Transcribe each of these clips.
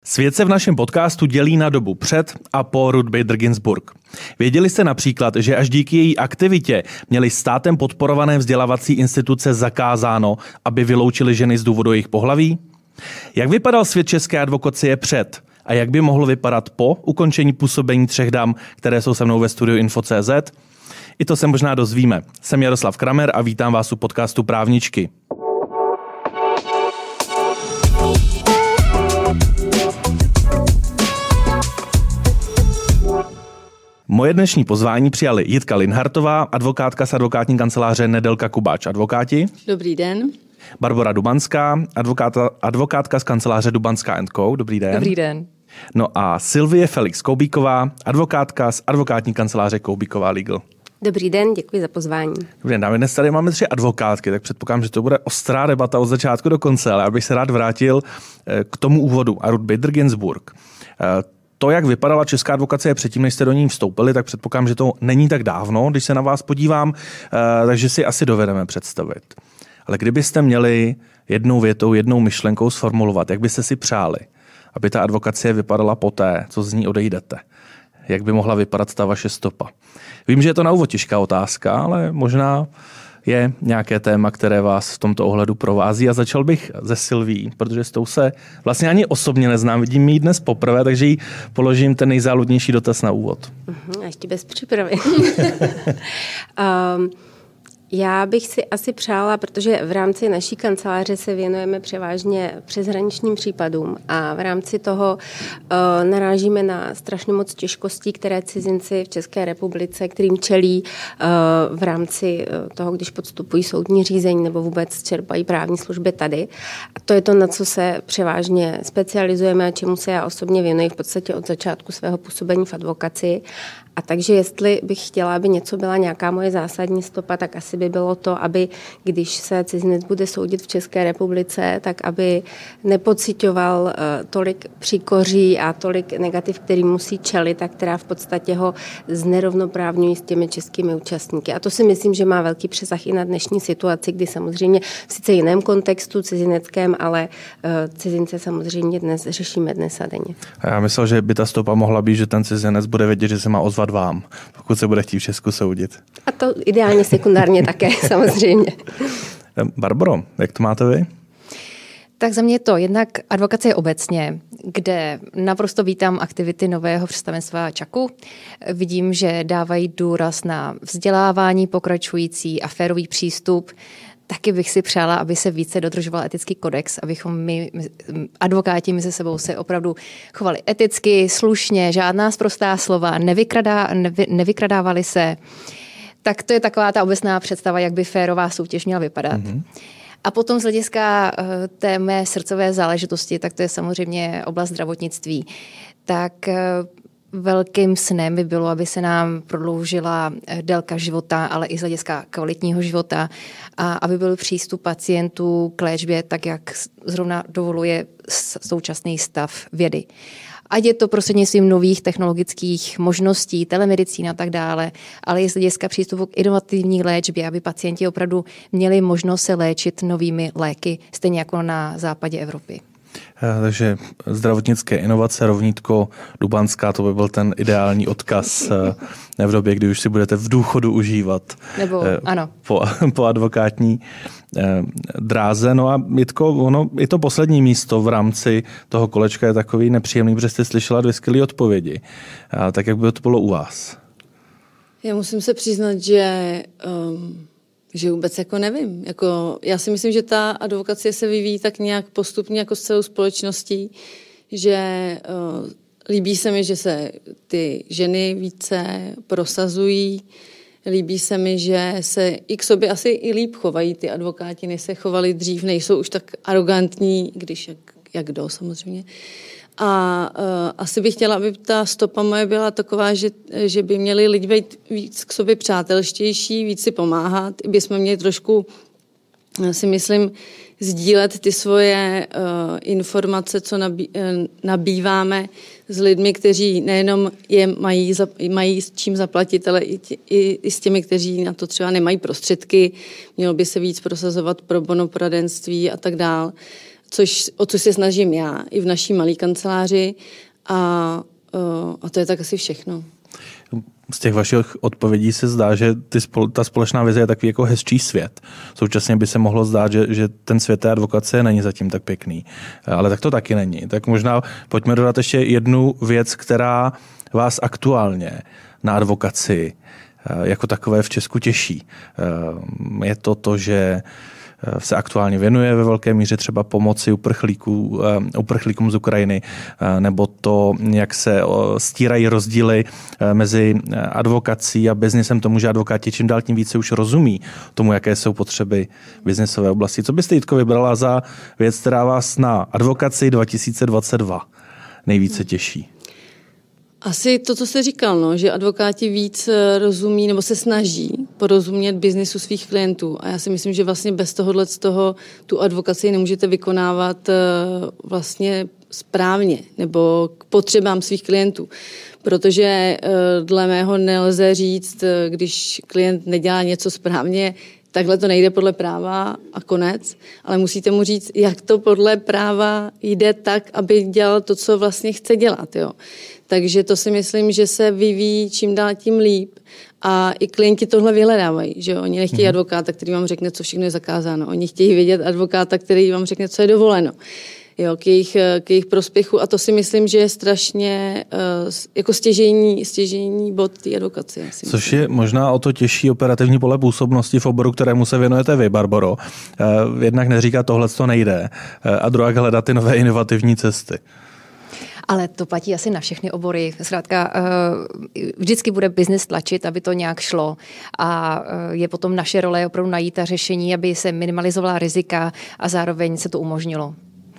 Svět se v našem podcastu dělí na dobu před a po Ruth Bader Ginsburg. Věděli jste například, že až díky její aktivitě měly státem podporované vzdělávací instituce zakázáno, aby vyloučili ženy z důvodu jejich pohlaví? Jak vypadal svět české advokacie před a jak by mohl vypadat po ukončení působení 3 dam, které jsou se mnou ve studiu Info.cz? I to se možná dozvíme. Jsem Jaroslav Kramer a vítám vás u podcastu Právničky. Moje dnešní pozvání přijali Jitka Linhartová, advokátka z advokátní kanceláře Nedelka Kubáč advokáti. Dobrý den. Barbora Dubanská, advokátka z kanceláře Dubanská & Co. Dobrý den. Dobrý den. No a Sylvie Felix Koubíková, advokátka z advokátní kanceláře Koubíková Legal. Dobrý den, děkuji za pozvání. Dobrý den, dámy, dnes tady máme 3 advokátky, tak předpokládám, že to bude ostrá debata od začátku do konce, ale abych se rád vrátil k tomu úvodu a Ruth Bader Ginsburg. To, jak vypadala česká advokacie předtím, než jste do ní vstoupili, tak předpokládám, že to není tak dávno, když se na vás podívám, takže si asi dovedeme představit. Ale kdybyste měli jednou větou, jednou myšlenkou sformulovat, jak byste si přáli, aby ta advokacie vypadala poté, co z ní odejdete? Jak by mohla vypadat ta vaše stopa? Vím, že je to na úvod těžká otázka, ale možná je nějaké téma, které vás v tomto ohledu provází. A začal bych ze Sylví, protože s tou se vlastně ani osobně neznám. Vidím ji dnes poprvé, takže jí položím ten nejzáludnější dotaz na úvod. A ještě bez přípravy. Já bych si asi přála, protože v rámci naší kanceláře se věnujeme převážně přeshraničním případům a v rámci toho narážíme na strašně moc těžkostí, které cizinci v České republice, kterým čelí v rámci toho, když podstupují soudní řízení nebo vůbec čerpají právní služby tady. A to je to, na co se převážně specializujeme a čemu se já osobně věnuji v podstatě od začátku svého působení v advokacii. A takže jestli bych chtěla, aby něco byla nějaká moje zásadní stopa, tak asi by bylo to, aby když se cizinec bude soudit v České republice, tak aby nepociťoval tolik příkoří a tolik negativ, který musí čelit a která v podstatě ho znerovnoprávňují s těmi českými účastníky. A to si myslím, že má velký přesah i na dnešní situaci, kdy samozřejmě v sice jiném kontextu cizineckém, ale cizince samozřejmě dnes řešíme dnes a denně. A já myslel, že by ta stopa mohla být, že ten cizinec bude vědět, že se má ozvat vám, pokud se bude chtít v Česku soudit. A to ideálně sekundárně také, samozřejmě. Barboro, jak to máte vy? Tak za mě je to jednak advokacie obecně, kde naprosto vítám aktivity nového představenstva ČAKu. Vidím, že dávají důraz na vzdělávání pokračující a férový přístup. Taky bych si přála, aby se více dodržoval etický kodex, abychom my, advokáti, mezi sebou se opravdu chovali eticky, slušně, žádná sprostá slova, nevykradávali se. Tak to je taková ta obecná představa, jak by férová soutěž měla vypadat. Mm-hmm. A potom z hlediska té mé srdcové záležitosti, tak to je samozřejmě oblast zdravotnictví. Tak velkým snem by bylo, aby se nám prodloužila délka života, ale i z hlediska kvalitního života a aby byl přístup pacientů k léčbě tak, jak zrovna dovoluje současný stav vědy. Ať je to prostřednictvím nových technologických možností, telemedicína a tak dále, ale i z hlediska přístupu k inovativní léčbě, aby pacienti opravdu měli možnost se léčit novými léky, stejně jako na západě Evropy. Takže zdravotnické inovace, rovnítko Dubanská, to by byl ten ideální odkaz v době, kdy už si budete v důchodu užívat. Nebo ano. Po advokátní dráze. No a Jitko, i to poslední místo v rámci toho kolečka je takový nepříjemný, protože jste slyšela 2 skvělé odpovědi. Tak jak by to bylo u vás? Já musím se přiznat, že vůbec nevím. Já si myslím, že ta advokacie se vyvíjí tak nějak postupně jako s celou společností, že líbí se mi, že se ty ženy více prosazují, líbí se mi, že se i k sobě asi i líp chovají ty advokáti, než se chovali dřív, nejsou už tak arrogantní, když jak kdo samozřejmě. A asi bych chtěla, aby ta stopa moje byla taková, že by měli lidi být víc k sobě přátelštější, víc si pomáhat, i bychom měli trošku, si myslím, sdílet ty svoje informace, co nabýváme s lidmi, kteří nejenom je mají s čím zaplatit, ale i s těmi, kteří na to třeba nemají prostředky. Mělo by se víc prosazovat pro bono poradenství a tak dál. o co se snažím já i v naší malé kanceláři a to je tak asi všechno. Z těch vašich odpovědí se zdá, že ta společná vize je takový jako hezčí svět. Současně by se mohlo zdát, že ten svět té advokacie není zatím tak pěkný. Ale tak to taky není. Tak možná pojďme dodat ještě jednu věc, která vás aktuálně na advokaci jako takové v Česku těší. Je to, že se aktuálně věnuje ve velké míře třeba pomoci uprchlíkům z Ukrajiny, nebo to, jak se stírají rozdíly mezi advokací a biznisem, tomu, že advokáti čím dál tím více už rozumí tomu, jaké jsou potřeby biznisové oblasti. Co byste, Jitko, vybrala za věc, která vás na advokaci 2022 nejvíce těší? Asi to, co jste říkal, že advokáti víc rozumí nebo se snaží porozumět biznisu svých klientů. A já si myslím, že vlastně bez toho tu advokaci nemůžete vykonávat vlastně správně nebo k potřebám svých klientů. Protože dle mého nelze říct, když klient nedělá něco správně, takhle to nejde podle práva a konec, ale musíte mu říct, jak to podle práva jde tak, aby dělal to, co vlastně chce dělat. Jo. Takže to si myslím, že se vyvíjí čím dál tím líp a i klienti tohle vyhledávají, že oni nechtějí advokáta, který vám řekne, co všechno je zakázáno. Oni chtějí vědět advokáta, který vám řekne, co je dovoleno. Jo, k jejich prospěchu a to si myslím, že je strašně jako stěžejní bod té advokacie. Což je možná o to těžší operativní pole působnosti v oboru, kterému se věnujete vy, Barboro. Jednak neříká, tohle to nejde a druhá hledat ty nové inovativní cesty. Ale to platí asi na všechny obory. Zkrátka, vždycky bude biznis tlačit, aby to nějak šlo. A je potom naše role opravdu najít ta řešení, aby se minimalizovala rizika a zároveň se to umožnilo.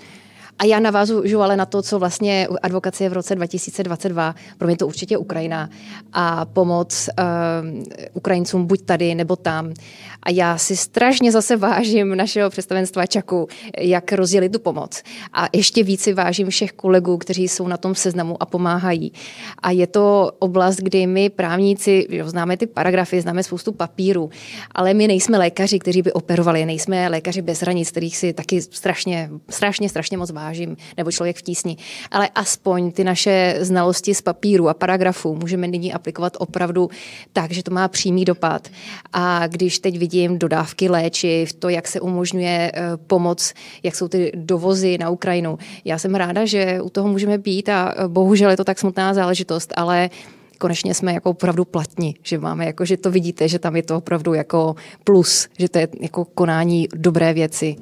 A já navážu ale na to, co vlastně advokacie v roce 2022, pro mě to určitě Ukrajina a pomoc Ukrajincům buď tady nebo tam. A já si strašně zase vážím našeho představenstva Čaku, jak rozdělit tu pomoc. A ještě víc si vážím všech kolegů, kteří jsou na tom seznamu a pomáhají. A je to oblast, kdy my právníci známe ty paragrafy, známe spoustu papíru, ale my nejsme lékaři, kteří by operovali, nejsme lékaři bez hranic, kterých si taky strašně moc vážím, nebo člověk v tísni. Ale aspoň ty naše znalosti z papíru a paragrafů můžeme nyní aplikovat opravdu tak, že to má přímý dopad. A když teď vidím dodávky léčiv, to, jak se umožňuje pomoc, jak jsou ty dovozy na Ukrajinu, já jsem ráda, že u toho můžeme být a bohužel je to tak smutná záležitost, ale konečně jsme jako opravdu platní, že máme jako, že to vidíte, že tam je to opravdu jako plus, že to je jako konání dobré věci.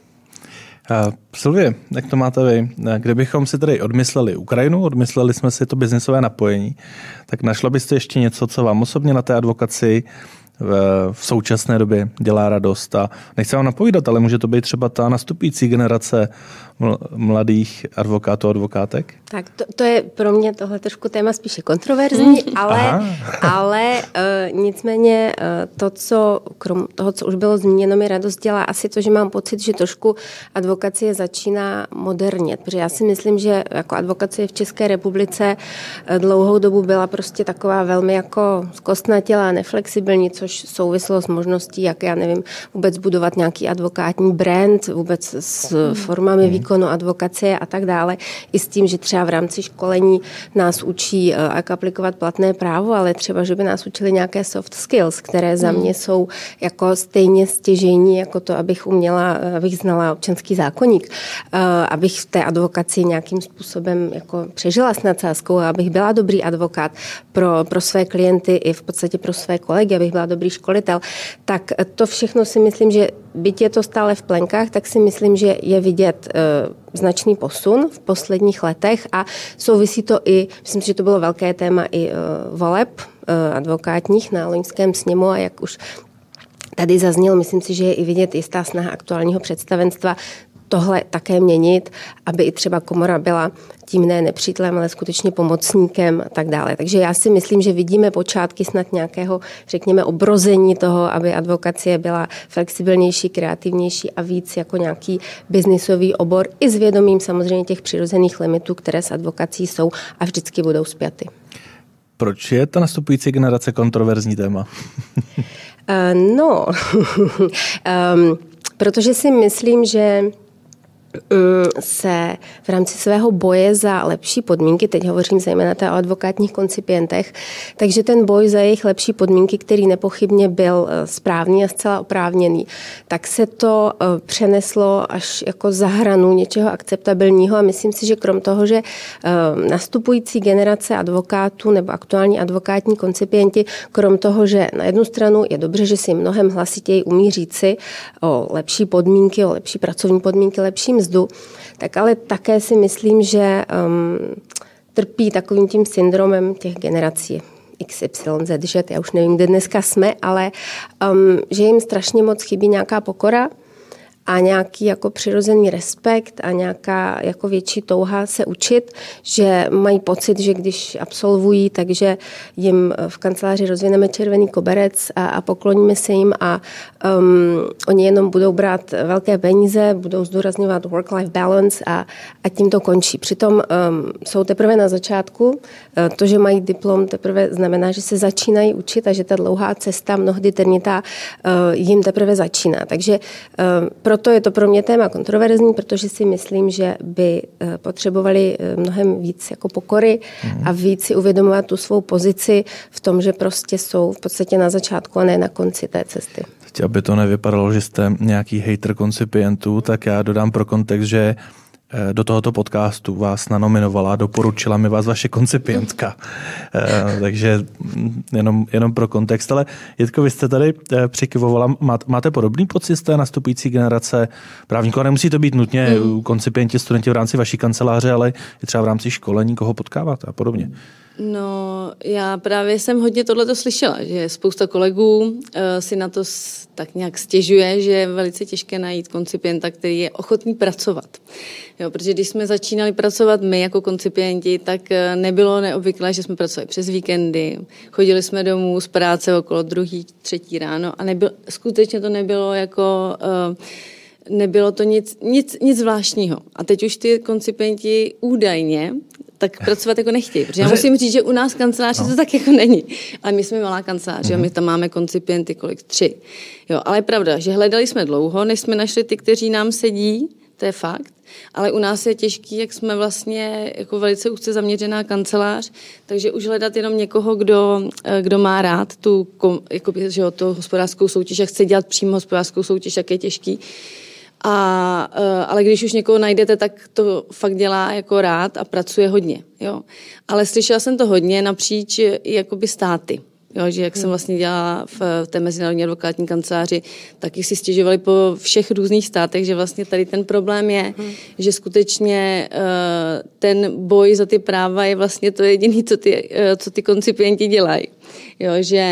Silvie, jak to máte vy? Kdybychom si tady odmysleli Ukrajinu, odmysleli jsme si to biznisové napojení, tak našla byste ještě něco, co vám osobně na té advokaci v současné době dělá radost? A nechci vám napovídat, ale může to být třeba ta nastupující generace mladých advokátů a advokátek? Tak to je pro mě tohle trošku téma spíše kontroverzní, ale nicméně krom toho, co už bylo zmíněno, mi radost dělá asi to, že mám pocit, že trošku advokacie začíná modernět, protože já si myslím, že jako advokacie v České republice dlouhou dobu byla prostě taková velmi jako zkostnatělá, neflexibilní, což souvislo s možností, jak já nevím, vůbec budovat nějaký advokátní brand, vůbec s formami výkonu advokacie a tak dále. I s tím, že třeba v rámci školení nás učí, jak aplikovat platné právo, ale třeba, že by nás učili nějaké soft skills, které za mě jsou jako stejně stěžejní, jako to, abych znala občanský zákoník, abych v té advokaci nějakým způsobem jako přežila s nadsázkou, abych byla dobrý advokát pro své klienty i v podstatě pro své kolegy, abych byla dobrý školitel. Tak to všechno si myslím, že byť je to stále v plenkách, tak si myslím, že je vidět značný posun v posledních letech a souvisí to i, myslím si, že to bylo velké téma i voleb advokátních na loňském sněmu a jak už tady zazněl, myslím si, že je i vidět jistá snaha aktuálního představenstva tohle také měnit, aby i třeba komora byla tím ne nepřítelem, ale skutečně pomocníkem a tak dále. Takže já si myslím, že vidíme počátky snad nějakého, řekněme, obrození toho, aby advokacie byla flexibilnější, kreativnější a víc jako nějaký biznisový obor i s vědomím samozřejmě těch přirozených limitů, které s advokací jsou a vždycky budou spjaty. Proč je ta nastupující generace kontroverzní téma? Protože si myslím, že se v rámci svého boje za lepší podmínky, teď hovořím zejména o advokátních koncipientech, takže ten boj za jejich lepší podmínky, který nepochybně byl správný a zcela oprávněný, tak se to přeneslo až jako za hranu něčeho akceptabilního a myslím si, že krom toho, že nastupující generace advokátů nebo aktuální advokátní koncipienti, krom toho, že na jednu stranu je dobře, že si mnohem hlasitěji umí říci o lepší podmínky, o lepší pracovní podmínky, lepší mzdu, tak ale také si myslím, že trpí takovým tím syndromem těch generací XYZ, že já už nevím, kde dneska jsme, ale že jim strašně moc chybí nějaká pokora a nějaký jako přirozený respekt a nějaká jako větší touha se učit, že mají pocit, že když absolvují, takže jim v kanceláři rozvineme červený koberec a pokloníme se jim a oni jenom budou brát velké peníze, budou zdůrazňovat work-life balance a tím to končí. Přitom jsou teprve na začátku. To, že mají diplom, teprve znamená, že se začínají učit a že ta dlouhá cesta, mnohdy eternita, jim teprve začíná. Takže proto je to pro mě téma kontroverzní, protože si myslím, že by potřebovali mnohem víc jako pokory a víc si uvědomovat tu svou pozici v tom, že prostě jsou v podstatě na začátku a ne na konci té cesty. Teď, aby to nevypadalo, že jste nějaký hater koncipientů, tak já dodám pro kontext, že do tohoto podcastu vás nanominovala, doporučila mi vás vaše koncipientka. Takže jenom pro kontext. Ale Jitko, vy jste tady přikyvovala, máte podobný pocit z té nastupující generace právníků? A nemusí to být nutně koncipienti, studenti v rámci vaší kanceláře, ale i třeba v rámci školení, koho potkáváte a podobně. No, já právě jsem hodně tohleto slyšela, že spousta kolegů si na to tak nějak stěžuje, že je velice těžké najít koncipienta, který je ochotný pracovat. Jo, protože když jsme začínali pracovat my jako koncipienti, tak nebylo neobvyklé, že jsme pracovali přes víkendy, chodili jsme domů z práce okolo 2., 3. ráno a skutečně to nebylo jako... Nebylo to nic zvláštního. A teď už ty koncipienti údajně tak pracovat jako nechtějí. Protože já musím říct, že u nás kanceláře to tak jako není. Ale my jsme malá kancelář, my tam máme koncipienty 3. Jo, ale je pravda, že hledali jsme dlouho, než jsme našli ty, kteří nám sedí, to je fakt. Ale u nás je těžký, jak jsme vlastně jako velice úzce zaměřená kancelář, takže už hledat jenom někoho, kdo má rád tu hospodářskou soutěž a chce dělat přímo hospodářskou soutěž, jak je těžký. Ale když už někoho najdete, tak to fakt dělá jako rád a pracuje hodně. Jo. Ale slyšela jsem to hodně napříč jakoby státy. Jo, že jak jsem vlastně dělala v té mezinárodní advokátní kanceláři, taky si stěžovali po všech různých státech, že vlastně tady ten problém je, že skutečně ten boj za ty práva je vlastně to jediné, co ty koncipienti dělají. Jo,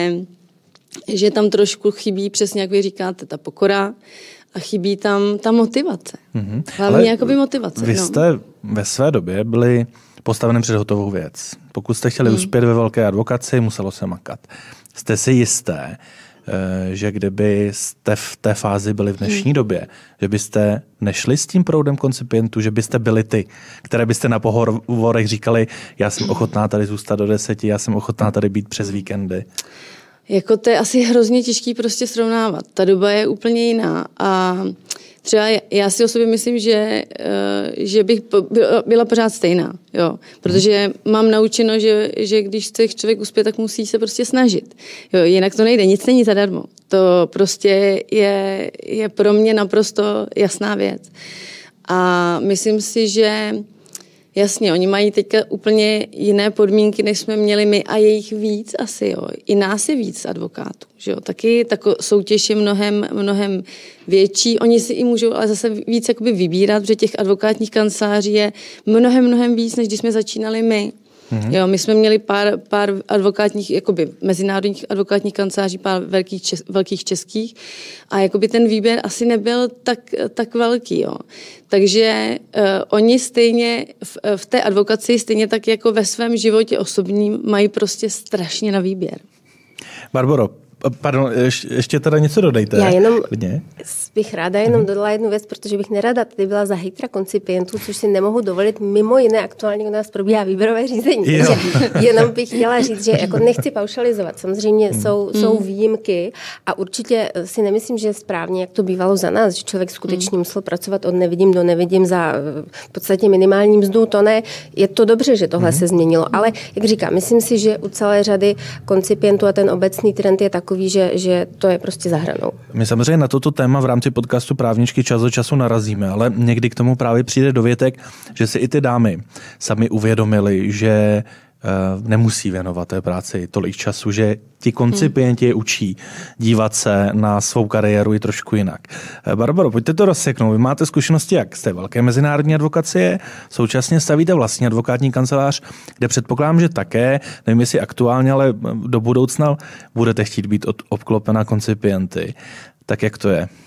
že tam trošku chybí, přesně jak vy říkáte, ta pokora, a chybí tam ta motivace. Hlavně jakoby motivace. Vy jste ve své době byli postaveným před hotovou věc. Pokud jste chtěli uspět ve velké advokaci, muselo se makat. Jste si jisté, že kdyby jste v té fázi byli v dnešní době, že byste nešli s tím proudem koncipientů, že byste byli ty, které byste na pohovorech říkali, já jsem ochotná tady zůstat do 10, já jsem ochotná tady být přes víkendy. Jako to je asi hrozně těžký prostě srovnávat. Ta doba je úplně jiná a třeba já si o sobě myslím, že bych byla pořád stejná, jo. Protože mám naučeno, že když chce člověk uspět, tak musí se prostě snažit. Jo, jinak to nejde, nic není zadarmo. To prostě je pro mě naprosto jasná věc. A myslím si, že jasně, oni mají teďka úplně jiné podmínky, než jsme měli my a je jich víc asi, jo. I nás je víc advokátů, že jo. Taky soutěž je mnohem větší. Oni si i můžou ale zase víc jakoby vybírat, protože těch advokátních kanceláří je mnohem víc, než když jsme začínali my. Jo, my jsme měli pár advokátních, jakoby mezinárodních advokátních kanceláří, pár velkých českých a jakoby ten výběr asi nebyl tak velký. Jo. Takže oni stejně v té advokaci, stejně tak jako ve svém životě osobním, mají prostě strašně na výběr. Barboro, Pardon, ještě teda něco dodejte. Já jenom bych ráda dodala jednu věc, protože bych nerada tady byla za hejtra koncipientů, což si nemohu dovolit. Mimo jiné aktuálně u nás probíhá výběrové řízení. Takže jenom bych chtěla říct, že jako nechci paušalizovat. Samozřejmě jsou výjimky a určitě si nemyslím, že je správně, jak to bývalo za nás, že člověk skutečně musel pracovat od nevidím do nevidím za v podstatě minimální mzdu. To ne, je to dobře, že tohle se změnilo, ale jak říkám, myslím si, že u celé řady koncipientů a ten obecný trend je takový, že to je prostě za hranou. My samozřejmě na toto téma v rámci podcastu Právničky čas od času narazíme, ale někdy k tomu právě přijde dovětek, že si i ty dámy sami uvědomili, že nemusí věnovat té práci tolik času, že ti koncipienti je učí dívat se na svou kariéru i trošku jinak. Barbaro, pojďte to rozseknout. Vy máte zkušenosti jak z té velké mezinárodní advokacie, současně stavíte vlastní advokátní kancelář, kde předpokládám, že také, nevím jestli aktuálně, ale do budoucna budete chtít být obklopena koncipienty. Tak jak to je?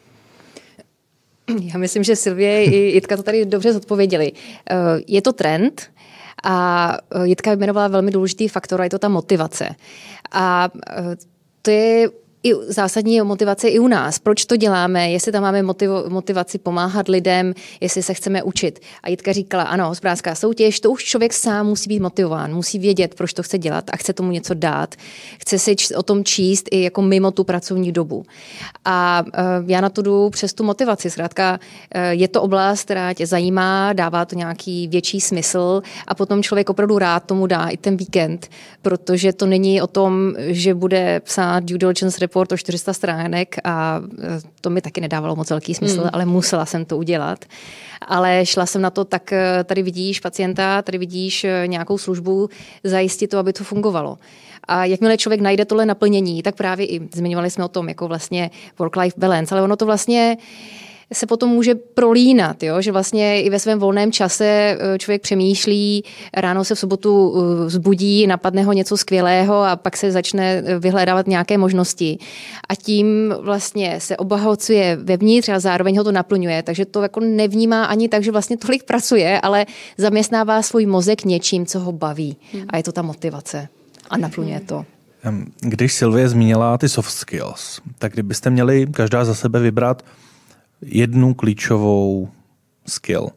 Já myslím, že Silvie i Jitka to tady dobře zodpověděli. Je to trend, a Jitka jmenovala velmi důležitý faktor a je to ta motivace. A to je i zásadní motivace i u nás. Proč to děláme? Jestli tam máme motivaci pomáhat lidem, jestli se chceme učit. A Jitka říkala, ano, hospodářská soutěž, to už člověk sám musí být motivován, musí vědět, proč to chce dělat a chce tomu něco dát. Chce si o tom číst i jako mimo tu pracovní dobu. A já na to jdu přes tu motivaci. Zkrátka je to oblast, která tě zajímá, dává to nějaký větší smysl a potom člověk opravdu rád tomu dá i ten víkend, protože to není o tom, že bude psát due diligence report o 400 stránek a to mi taky nedávalo moc velký smysl, ale musela jsem to udělat. Ale šla jsem na to, tak tady vidíš pacienta, tady vidíš nějakou službu, zajistit to, aby to fungovalo. A jakmile člověk najde tohle naplnění, tak právě i zmiňovali jsme o tom, jako vlastně work-life balance, ale ono to vlastně se potom může prolínat, jo? Že vlastně i ve svém volném čase člověk přemýšlí, ráno se v sobotu zbudí, napadne ho něco skvělého a pak se začne vyhledávat nějaké možnosti. A tím vlastně se obohacuje vevnitř a zároveň ho to naplňuje. Takže to jako nevnímá ani tak, že vlastně tolik pracuje, ale zaměstnává svůj mozek něčím, co ho baví. A je to ta motivace. A naplňuje to. Když Silvie zmínila ty soft skills, tak kdybyste měli každá za sebe vybrat jednu klíčovou skill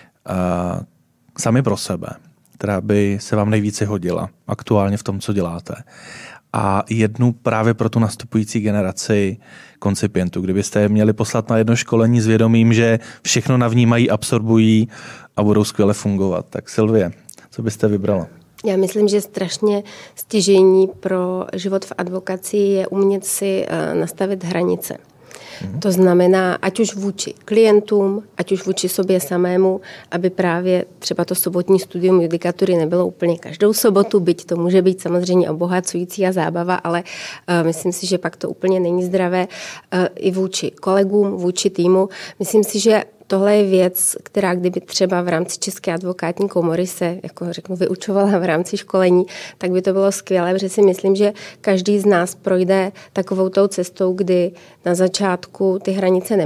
sami pro sebe, která by se vám nejvíce hodila aktuálně v tom, co děláte. A jednu právě pro tu nastupující generaci koncipientů, kdybyste je měli poslat na jedno školení s vědomím, že všechno navnímají, absorbují a budou skvěle fungovat. Tak Silvie, co byste vybrala? Já myslím, že strašně stěžejní pro život v advokacii je umět si nastavit hranice. To znamená, ať už vůči klientům, ať už vůči sobě samému, aby právě třeba to sobotní studium judikatury nebylo úplně každou sobotu, byť to může být samozřejmě obohacující a zábava, ale myslím si, že pak to úplně není zdravé i vůči kolegům, vůči týmu. Myslím si, že tohle je věc, která kdyby třeba v rámci České advokátní komory se, jako řeknu, vyučovala v rámci školení, tak by to bylo skvělé, protože si myslím, že každý z nás projde takovou tou cestou, kdy na začátku ty hranice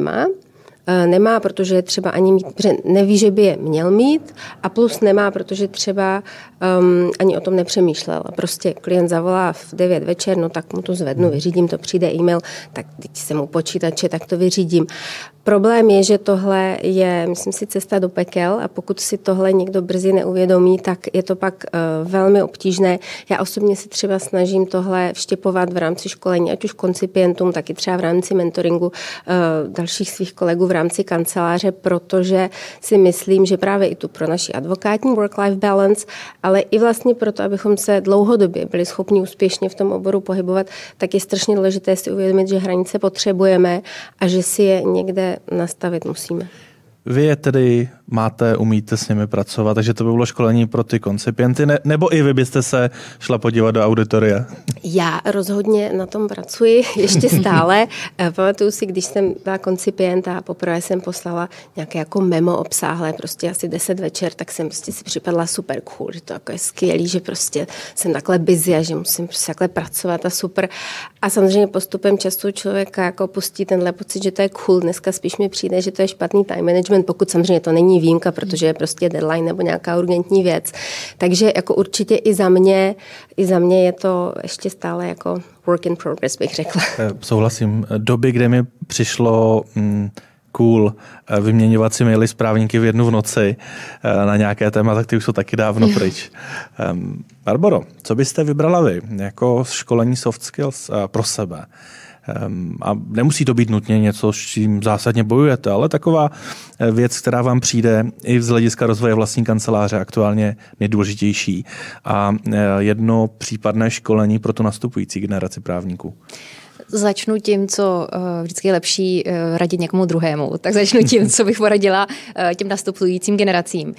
nemá, protože třeba ani mít, protože neví, že by je měl mít a plus nemá, protože třeba ani o tom nepřemýšlel. Prostě klient zavolá v 9 večer, no tak mu to zvednu, vyřídím to, přijde e-mail, tak teď jsem u počítače, tak to vyřídím. Problém je, že tohle je, myslím si, cesta do pekel a pokud si tohle někdo brzy neuvědomí, tak je to pak velmi obtížné. Já osobně si třeba snažím tohle vštěpovat v rámci školení, ať už koncipientům, tak i třeba v rámci mentoringu dalších svých kolegů v rámci kanceláře, protože si myslím, že právě i tu pro naši advokátní work-life balance, ale i vlastně proto, abychom se dlouhodobě byli schopni úspěšně v tom oboru pohybovat, tak je strašně důležité si uvědomit, že hranice potřebujeme a že si je někde nastavit musíme. Vy je tedy umíte s nimi pracovat, takže to by bylo školení pro ty koncipienty, nebo i vy byste se šla podívat do auditoria? Já rozhodně na tom pracuji ještě stále. Pamatuju si, když jsem byla koncipient a poprvé jsem poslala nějaké jako memo obsáhlé, prostě asi 10 večer, tak jsem prostě si připadla super cool, že to jako je skvělý, že prostě jsem takhle busy a že musím prostě takhle pracovat a super. A samozřejmě postupem času člověka jako pustí tenhle pocit, že to je cool. Dneska spíš mi přijde, že to je špatný time management, pokud samozřejmě to není absolutní výjimka, protože je prostě deadline nebo nějaká urgentní věc. Takže jako určitě i za mě je to ještě stále jako work in progress, bych řekla. Souhlasím. Doby, kde mi přišlo cool vyměňovat si maily s právníky v 1 v noci na nějaké téma, tak ty už jsou taky dávno pryč. Barboro, co byste vybrala vy jako školení soft skills pro sebe? A nemusí to být nutně něco, s čím zásadně bojujete, ale taková věc, která vám přijde i z hlediska rozvoje vlastní kanceláře aktuálně nejdůležitější a jedno případné školení pro tu nastupující generaci právníků. Začnu tím, co vždycky je lepší radit někomu druhému. Tak začnu tím, co bych poradila těm nastupujícím generacím.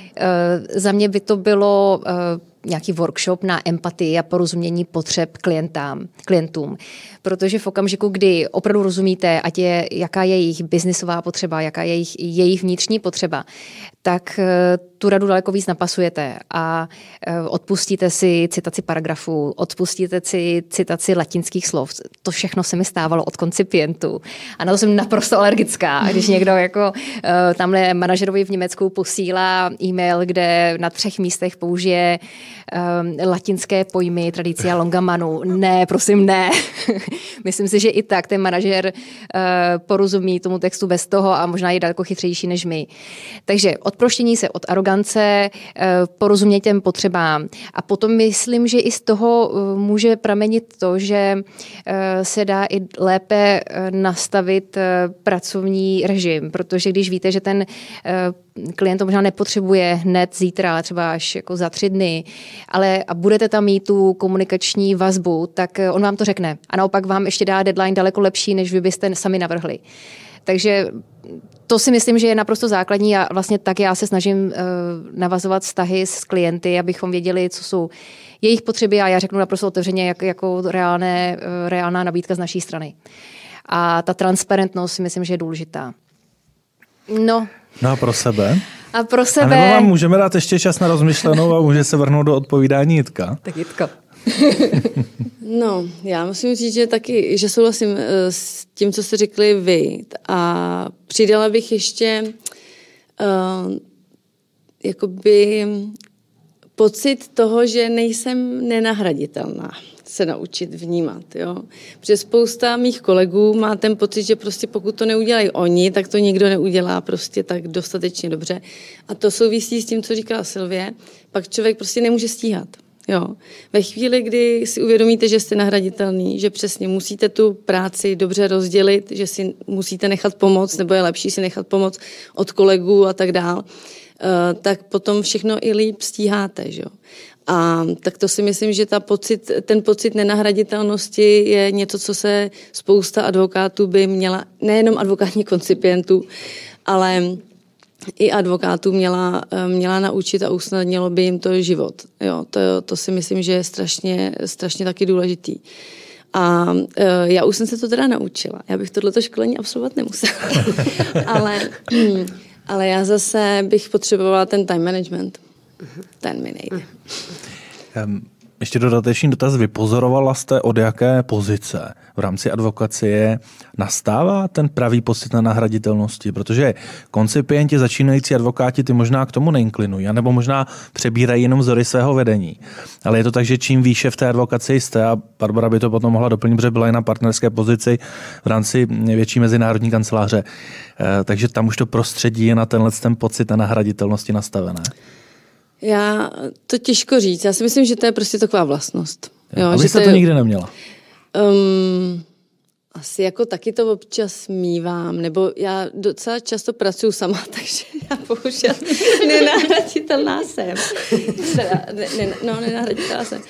Za mě by to bylo nějaký workshop na empatii a porozumění potřeb klientům. Protože v okamžiku, kdy opravdu rozumíte, jaká je jejich biznisová potřeba, jaká je jejich vnitřní potřeba, tak tu radu daleko víc napasujete a odpustíte si citaci paragrafů, odpustíte si citaci latinských slov. To všechno se mi stávalo od koncipientů. A na to jsem naprosto alergická. Když někdo jako tamhle manažerovi v Německu posílá e-mail, kde na 3 místech použije latinské pojmy, tradicia longa manu. Ne, prosím, ne. Myslím si, že i tak ten manažer porozumí tomu textu bez toho a možná je daleko chytřejší než my. Takže odproštění se od arogance, porozumět těm potřebám. A potom myslím, že i z toho může pramenit to, že se dá i lépe nastavit pracovní režim, protože když víte, že ten klient to možná nepotřebuje hned zítra, ale třeba až jako za 3 dny, a budete tam mít tu komunikační vazbu, tak on vám to řekne. A naopak vám ještě dá deadline daleko lepší, než vy byste sami navrhli. Takže to si myslím, že je naprosto základní a vlastně tak já se snažím navazovat vztahy s klienty, abychom věděli, co jsou jejich potřeby a já řeknu naprosto otevřeně jako reálná nabídka z naší strany. A ta transparentnost si myslím, že je důležitá. No a pro sebe? A pro sebe... A nebo vám můžeme dát ještě čas na rozmyšlenou a může se vrhnout do odpovídání Jitka? Tak Jitko. No, já musím říct, že taky, že souhlasím s tím, co jste řekli vy. A přidala bych ještě jakoby pocit toho, že nejsem nenahraditelná, se naučit vnímat. Jo? Protože spousta mých kolegů má ten pocit, že prostě pokud to neudělají oni, tak to nikdo neudělá prostě tak dostatečně dobře. A to souvisí s tím, co říkala Sylvie, pak člověk prostě nemůže stíhat. Jo. Ve chvíli, kdy si uvědomíte, že jste nahraditelný, že přesně musíte tu práci dobře rozdělit, že si musíte nechat pomoct, nebo je lepší si nechat pomoct od kolegů a tak dál, tak potom všechno i líp stíháte. Že? A tak to si myslím, že ten pocit nenahraditelnosti je něco, co se spousta advokátů by měla, nejenom advokátních koncipientů, ale i advokátů měla naučit a usnadnilo by jim to život. Jo, to si myslím, že je strašně taky důležitý. A já už jsem se to teda naučila. Já bych tohleto školení absolvovat nemusela. ale já zase bych potřebovala ten time management. Ten mi nejde. Ještě dodatečný dotaz. Vypozorovala jste, od jaké pozice v rámci advokacie nastává ten pravý pocit na nahraditelnosti? Protože koncipienti, začínající advokáti, ty možná k tomu neinklinují, anebo možná přebírají jenom vzory svého vedení. Ale je to tak, že čím výše v té advokacii jste, a Barbara by to potom mohla doplnit, protože byla i na partnerské pozici v rámci větší mezinárodní kanceláře. Takže tam už to prostředí je na ten pocit na nahraditelnosti nastavené. Já to těžko říct. Já si myslím, že to je prostě taková vlastnost. Jo, a vy jste to nikdy neměla? Asi jako taky to občas mívám, nebo já docela často pracuji sama, takže já bohužel nenahraditelná jsem. Nenahraditelná jsem.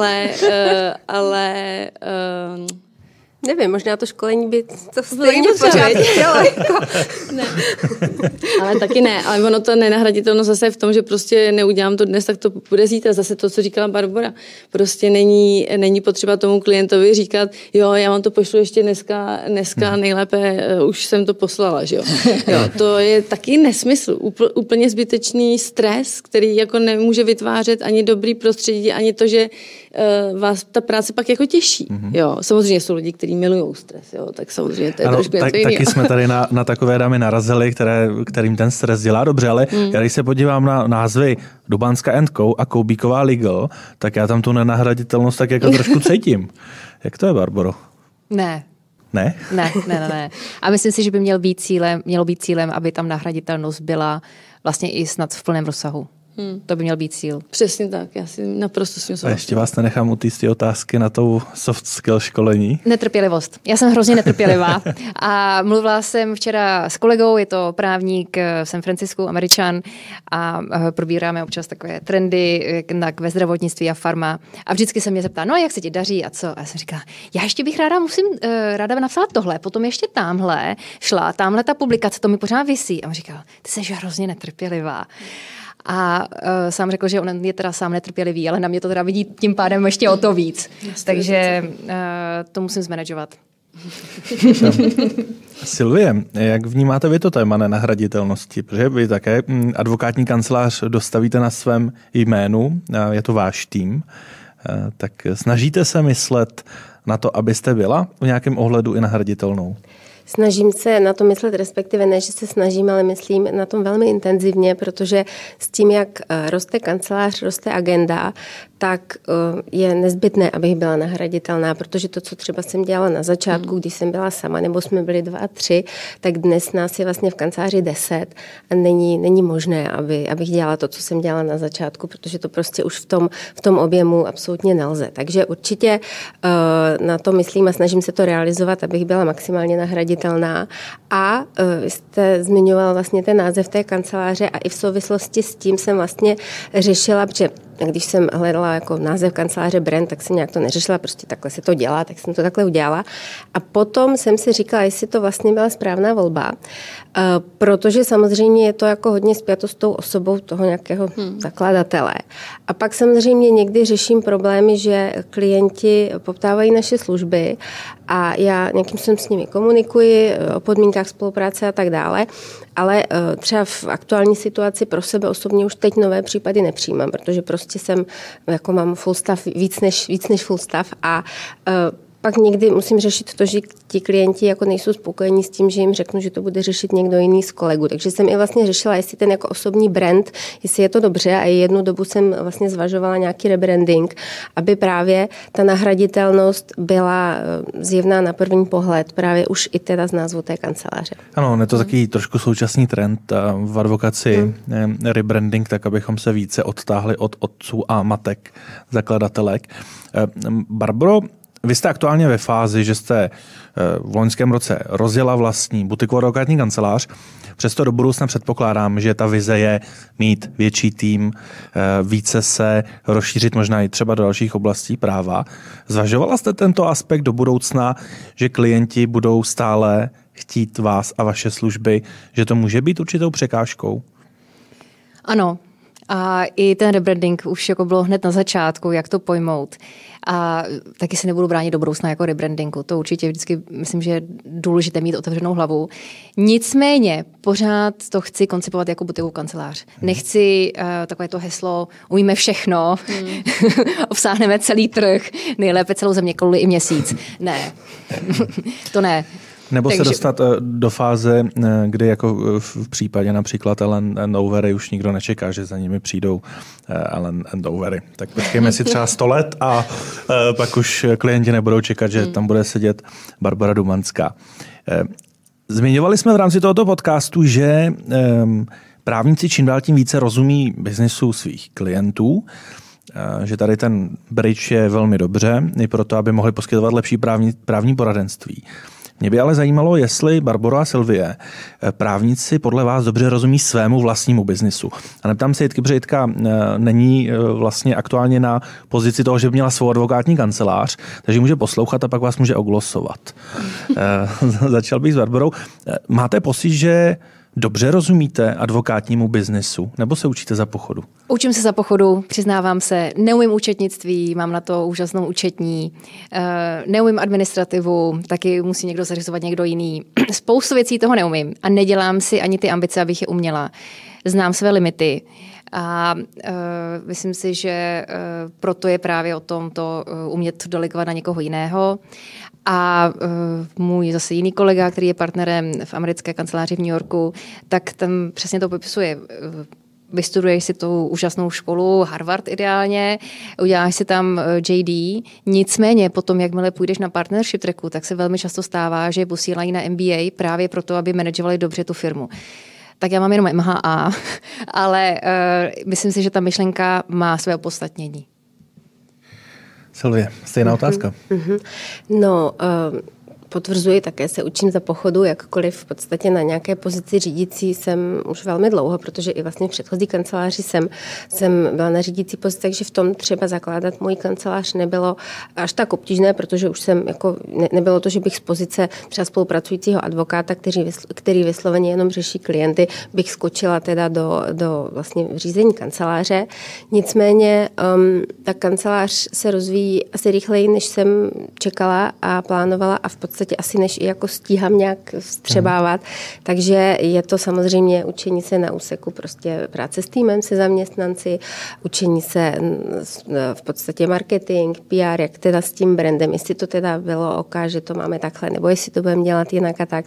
Ale nevím, možná to školení by to stejně pořád chtělo. Ne. Ale taky ne. Ale ono to nenahraditelnost zase je v tom, že prostě neudělám to dnes, tak to bude zítra. Zase to, co říkala Barbora. Prostě není potřeba tomu klientovi říkat, jo, já vám to pošlu ještě dneska nejlépe, už jsem to poslala, že jo. To je taky nesmysl. Úplně zbytečný stres, který jako nemůže vytvářet ani dobrý prostředí, ani to, že vás ta práce pak jako těší. Jo. Samozřejmě jsou lidi, kteří milujou stres, jo, tak samozřejmě to je trošku něco jiného. Taky jsme tady na takové dámy narazili, kterým ten stres dělá dobře, ale když se podívám na názvy Dubanská & Co. a Koubíková Legal, tak já tam tu nenahraditelnost tak jako trošku cítím. Jak to je, Barboro? Ne. Ne? Ne. A myslím si, že by mělo být cílem, aby tam nahraditelnost byla vlastně i snad v plném rozsahu. To by měl být cíl. Přesně tak, já si naprosto s tím souhlasím. A ještě vás nenechám utíct ty otázky na tou soft skill školení. Netrpělivost. Já jsem hrozně netrpělivá. A mluvila jsem včera s kolegou, je to právník v San Francisku, Američan, a probíráme občas takové trendy ve zdravotnictví a farma. A vždycky se mě zeptá, no jak se ti daří a co? A já jsem říkala, já ještě bych ráda napsala tohle, potom ještě tamhle ta publikace, to mi pořád visí. A on říkal, ty jsi hrozně netrpělivá. A sám řekl, že on je teda sám netrpělivý, ale na mě to teda vidí tím pádem ještě o to víc. Takže to musím zmanagovat. Silvie, jak vnímáte vy to téma nenahraditelnosti? Protože vy také advokátní kancelář dostavíte na svém jménu, je to váš tým, tak snažíte se myslet na to, abyste byla v nějakém ohledu i nahraditelnou? Snažím se na to myslet, respektive ne, že se snažím, ale myslím na tom velmi intenzivně, protože s tím, jak roste kancelář, roste agenda, tak je nezbytné, abych byla nahraditelná, protože to, co třeba jsem dělala na začátku, když jsem byla sama, nebo jsme byli 2 a 3, tak dnes nás je vlastně v kanceláři 10 a není možné, abych dělala to, co jsem dělala na začátku, protože to prostě už v tom objemu absolutně nelze. Takže určitě na to myslím a snažím se to realizovat, abych byla maximálně nahraditelná. A jste zmiňoval vlastně ten název té kanceláře a i v souvislosti s tím jsem vlastně řešila, protože když jsem hledala jako název kanceláře brand, tak jsem nějak to neřešila, prostě takhle se to dělá, tak jsem to takhle udělala. A potom jsem si říkala, jestli to vlastně byla správná volba, protože samozřejmě je to jako hodně spjato s tou osobou toho nějakého zakladatele. A pak samozřejmě někdy řeším problémy, že klienti poptávají naše služby a já nějakým způsobem s nimi komunikuji o podmínkách spolupráce a tak dále, ale třeba v aktuální situaci pro sebe osobně už teď nové případy nepřijímám, protože prostě jako mám full staff, víc než full staff a pak někdy musím řešit to, že ti klienti jako nejsou spokojení s tím, že jim řeknu, že to bude řešit někdo jiný z kolegů. Takže jsem i vlastně řešila, jestli ten jako osobní brand, jestli je to dobře a jednu dobu jsem vlastně zvažovala nějaký rebranding, aby právě ta nahraditelnost byla zjevná na první pohled, právě už i teda z názvu té kanceláře. Ano, je to takový trošku současný trend v advokaci, rebranding, tak abychom se více odtáhli od otců a matek zakladatelek. Barboro, vy jste aktuálně ve fázi, že jste v loňském roce rozjela vlastní butikovou advokátní kancelář. Přesto do budoucna předpokládám, že ta vize je mít větší tým, více se rozšířit možná i třeba do dalších oblastí práva. Zvažovala jste tento aspekt do budoucna, že klienti budou stále chtít vás a vaše služby, že to může být určitou překážkou? Ano. A i ten rebranding už jako bylo hned na začátku, jak to pojmout. A taky se nebudu bránit do budoucna jako rebrandingu. To určitě vždycky myslím, že je důležité mít otevřenou hlavu. Nicméně pořád to chci koncipovat jako butikovou kancelář. Nechci takové to heslo umíme všechno, obsáhneme celý trh, nejlépe celou zeměkouli i měsíc. Ne, to ne. Nebo se dostat do fáze, kdy jako v případě například Allen & Overy už nikdo nečeká, že za nimi přijdou Allen & Overy. Tak počkejme si třeba 100 let a pak už klienti nebudou čekat, že tam bude sedět Barbora Dubanská. Zmiňovali jsme v rámci tohoto podcastu, že právníci čím dál tím více rozumí biznesu svých klientů, že tady ten bridge je velmi dobře, i proto, aby mohli poskytovat lepší právní poradenství. Mě by ale zajímalo, jestli Barbora a Silvie právníci podle vás dobře rozumí svému vlastnímu biznisu. A neptám se Jitky, protože Jitka není vlastně aktuálně na pozici toho, že by měla svou advokátní kancelář, takže může poslouchat a pak vás může oglosovat. Začal bych s Barborou. Máte pocit, že dobře rozumíte advokátnímu biznesu, nebo se učíte za pochodu? Učím se za pochodu, přiznávám se. Neumím účetnictví, mám na to úžasnou účetní. Neumím administrativu, taky musí někdo zařizovat někdo jiný. Spoustu věcí toho neumím a nedělám si ani ty ambice, abych je uměla. Znám své limity a myslím si, že proto je právě o tom to umět delegovat na někoho jiného. A můj zase jiný kolega, který je partnerem v americké kanceláři v New Yorku, tak tam přesně to popisuje. Vystuduješ si tu úžasnou školu, Harvard ideálně, uděláš si tam JD, nicméně potom, jakmile půjdeš na partnership tracku, tak se velmi často stává, že je posílají na MBA právě proto, aby manažovali dobře tu firmu. Tak já mám jenom MHA, ale myslím si, že ta myšlenka má své opodstatnění. Silvie, stejná otázka. No, potvrzuji, také se učím za pochodu, jakkoliv v podstatě na nějaké pozici řídící jsem už velmi dlouho, protože i vlastně v předchozí kanceláři jsem byla na řídící pozici, takže v tom třeba zakládat můj kancelář nebylo až tak obtížné, protože už jsem nebylo to, že bych z pozice třeba spolupracujícího advokáta, který vysloveně jenom řeší klienty, bych skočila teda do vlastně řízení kanceláře. Nicméně ta kancelář se rozvíjí asi rychleji, než jsem čekala a plánovala a v podstatě asi než i jako stíhám nějak vstřebávat. Takže je to samozřejmě učení se na úseku prostě práce s týmem, se zaměstnanci, učení se v podstatě marketing, PR, jak teda s tím brandem, jestli to teda bylo že to máme takhle, nebo jestli to budeme dělat jinak a tak.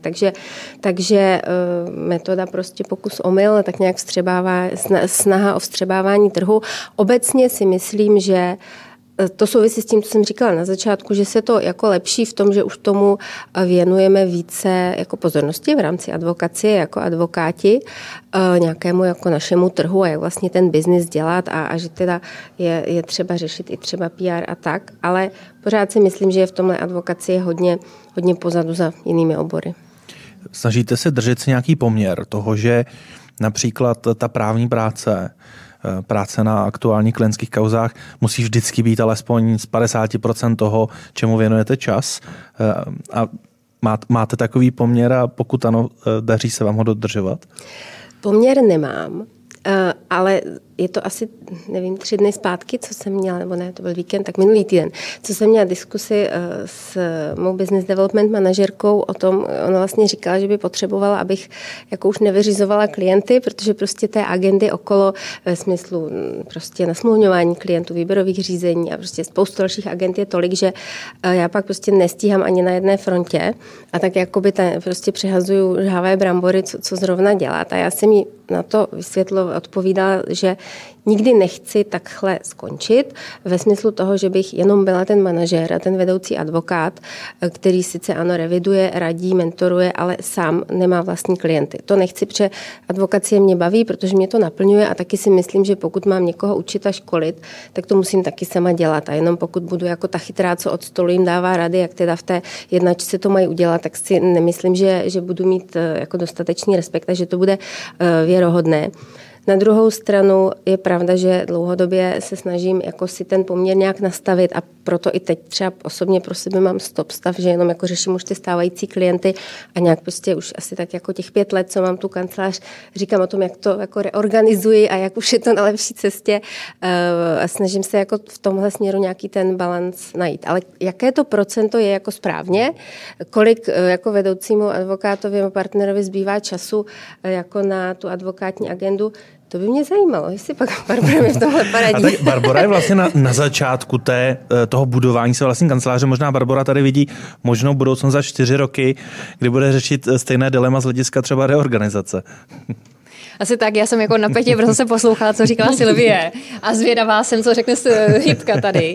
Takže metoda prostě pokus omyl, tak nějak snaha o vstřebávání trhu. Obecně si myslím, že to souvisí s tím, co jsem říkala na začátku, že se to jako lepší v tom, že už tomu věnujeme více jako pozornosti v rámci advokacie jako advokáti nějakému jako našemu trhu a jak vlastně ten biznis dělat a že teda je třeba řešit i třeba PR a tak, ale pořád si myslím, že je v tomhle advokacie hodně pozadu za jinými obory. Snažíte se držet si nějaký poměr toho, že například ta právní práce na aktuálních klientských kauzách musí vždycky být alespoň z 50% toho, čemu věnujete čas. A máte takový poměr a pokud ano, daří se vám ho dodržovat? Poměr nemám, ale je to asi, nevím, 3 dny zpátky, co jsem měla, nebo ne, to byl víkend, tak minulý týden, co jsem měla diskusi s mou business development manažerkou o tom, ona vlastně říkala, že by potřebovala, abych jako už nevyřizovala klienty, protože prostě té agendy okolo ve smyslu prostě nasmluvňování klientů, výběrových řízení a prostě spoustu dalších agend je tolik, že já pak prostě nestíhám ani na jedné frontě a tak jakoby prostě přehazuju žhavé brambory, co zrovna dělat. A já jsem jí na to odpovídala, že nikdy nechci takhle skončit ve smyslu toho, že bych jenom byla ten manažér a ten vedoucí advokát, který sice ano reviduje, radí, mentoruje, ale sám nemá vlastní klienty. To nechci, protože advokacie mě baví, protože mě to naplňuje a taky si myslím, že pokud mám někoho učit a školit, tak to musím taky sama dělat. A jenom pokud budu jako ta chytrá, co od stolu jim dává rady, jak teda v té jednačce to mají udělat, tak si nemyslím, že budu mít jako dostatečný respekt a že to bude věrohodné. Na druhou stranu je pravda, že dlouhodobě se snažím jako si ten poměr nějak nastavit a proto i teď třeba osobně pro sebe mám stop stav, že jenom jako řeším už ty stávající klienty a nějak prostě už asi tak jako těch 5 let, co mám tu kancelář, říkám o tom, jak to jako reorganizuji a jak už je to na lepší cestě a snažím se jako v tomhle směru nějaký ten balans najít. Ale jaké to procento je jako správně, kolik jako vedoucímu advokátovi a partnerovi zbývá času jako na tu advokátní agendu, to by mě zajímalo, jestli pak Barbara mi v tomhle poradí. A tak Barbara je vlastně na začátku toho budování se vlastní kanceláře. Možná Barbara tady vidí možnou budoucnost za 4 roky, kdy bude řešit stejné dilema z hlediska třeba reorganizace. Asi tak, já jsem jako napětě, protože jsem poslouchala, co říkala Silvie a zvědavá jsem, co řekne Hybka tady.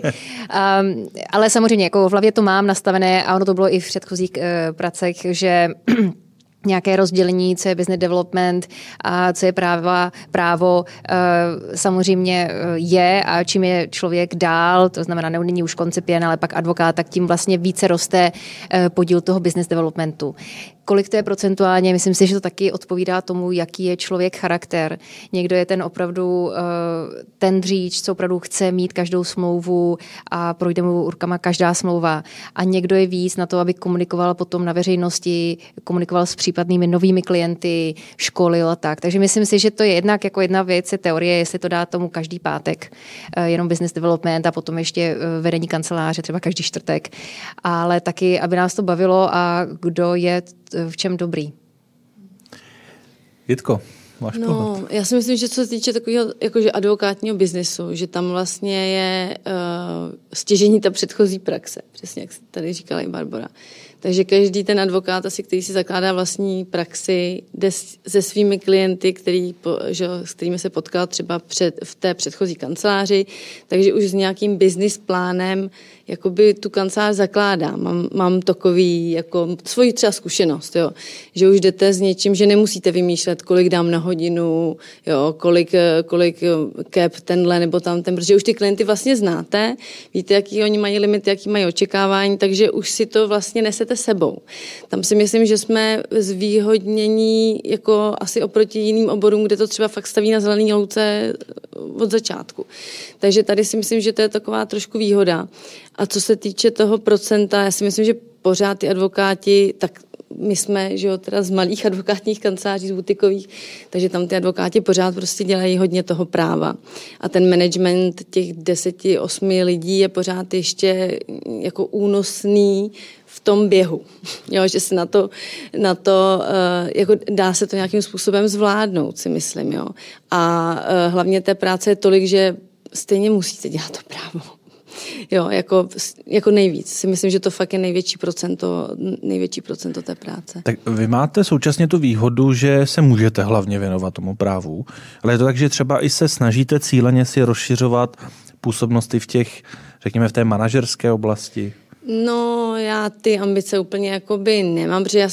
Ale samozřejmě jako v hlavě to mám nastavené a ono to bylo i v předchozích pracech, že nějaké rozdělení, co je business development a co je právo samozřejmě je a čím je člověk dál, to znamená, není už koncipient, ale pak advokát, tak tím vlastně více roste podíl toho business developmentu. Kolik to je procentuálně, myslím si, že to taky odpovídá tomu, jaký je člověk charakter. Někdo je ten opravdu ten dříč, co opravdu chce mít každou smlouvu a projde mu rukama každá smlouva. A někdo je víc na to, aby komunikoval potom na veřejnosti, komunikoval s případnými novými klienty, školil a tak. Takže myslím si, že to je jednak jako jedna věc, je teorie, jestli to dá tomu každý pátek, jenom business development a potom ještě vedení kanceláře, třeba každý čtvrtek. Ale taky, aby nás to bavilo a kdo je v čem dobrý. Jitko, Máš No, já si myslím, že co se týče takového jakože advokátního biznesu, že tam vlastně je stěžení ta předchozí praxe, přesně jak tady říkala i Barbora. Takže každý ten advokát, asi, který si zakládá vlastní praxi, jde se svými klienty, s kterými se potkal třeba v té předchozí kanceláři, takže už s nějakým business plánem jakoby tu kancelář zakládá. Mám takový, jako svoji třeba zkušenost, jo, že už jdete s něčím, že nemusíte vymýšlet, kolik dám na hodinu, jo, kolik cap tenhle nebo tamten, protože už ty klienty vlastně znáte, víte, jaký oni mají limity, jaký mají očekávání, takže už si to vlastně nesete sebou. Tam si myslím, že jsme zvýhodnění jako asi oproti jiným oborům, kde to třeba fakt staví na zelený louce od začátku. Takže tady si myslím, že to je taková trošku výhoda. A co se týče toho procenta, já si myslím, že pořád ty advokáti, tak my jsme, že jo, teda z malých advokátních kanceláří, z butikových, takže tam ty advokáti pořád prostě dělají hodně toho práva. A ten management těch 10-8 lidí je pořád ještě jako únosný v tom běhu. Jo, že se na to jako dá se to nějakým způsobem zvládnout, si myslím. Jo. A hlavně té práce je tolik, že stejně musíte dělat to právo. Jo, jako nejvíc. Si myslím, že to fakt je největší procento té práce. Tak vy máte současně tu výhodu, že se můžete hlavně věnovat tomu právu, ale je to tak, že třeba i se snažíte cíleně si rozšiřovat působnosti v těch, řekněme, v té manažerské oblasti. No, já ty ambice úplně jakoby nemám, protože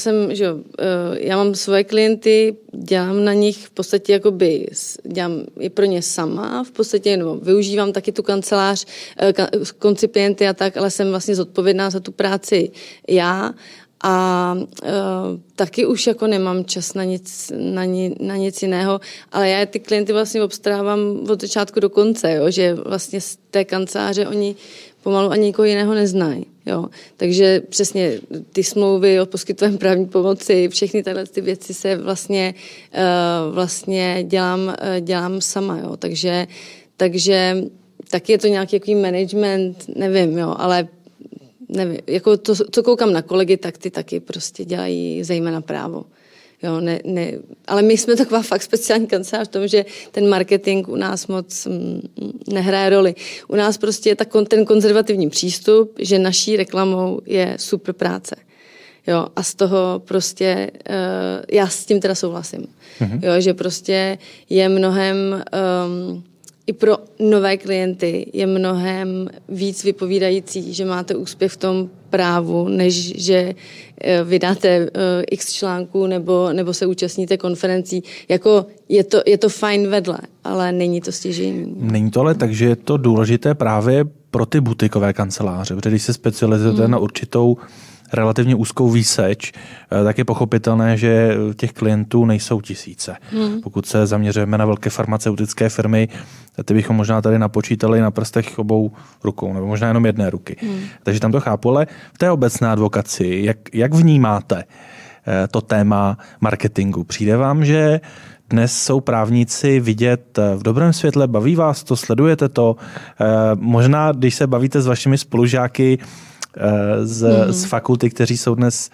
já mám svoje klienty, dělám na nich v podstatě jakoby, dělám je pro ně sama, v podstatě využívám taky tu kancelář, koncipienty a tak, ale jsem vlastně zodpovědná za tu práci já. A taky už jako nemám čas na nic jiného, ale já ty klienty vlastně obstarávám od začátku do konce, jo, že vlastně z té kanceláře oni pomalu ani nikoho jiného neznají. Jo. Takže přesně ty smlouvy o poskytování právní pomoci, všechny tyhle ty věci se vlastně dělám sama. Jo. Takže taky je to nějaký management, nevím, jo, ale nevím, jako to, co koukám na kolegy, tak ty taky prostě dělají zejména právo. Jo, ale my jsme taková fakt speciální kancelář v tom, že ten marketing u nás moc nehraje roli. U nás prostě je ten konzervativní přístup, že naší reklamou je super práce. Jo, a z toho prostě, já s tím teda souhlasím. Jo, že prostě je mnohem, i pro nové klienty je mnohem víc vypovídající, že máte úspěch v tom právu, než že vydáte x článků nebo se účastníte konferencí. Jako je to fajn vedle, ale není to stěžejní. Není to ale tak, že je to důležité právě pro ty butikové kanceláře, protože když se specializujete na určitou relativně úzkou výseč, tak je pochopitelné, že těch klientů nejsou tisíce. Pokud se zaměřujeme na velké farmaceutické firmy, ty bychom možná tady napočítali na prstech obou rukou, nebo možná jenom jedné ruky. Takže tam to chápu, ale v té obecné advokaci, jak vnímáte to téma marketingu? Přijde vám, že dnes jsou právníci vidět v dobrém světle, baví vás to, sledujete to? Možná, když se bavíte s vašimi spolužáky z fakulty, kteří jsou dnes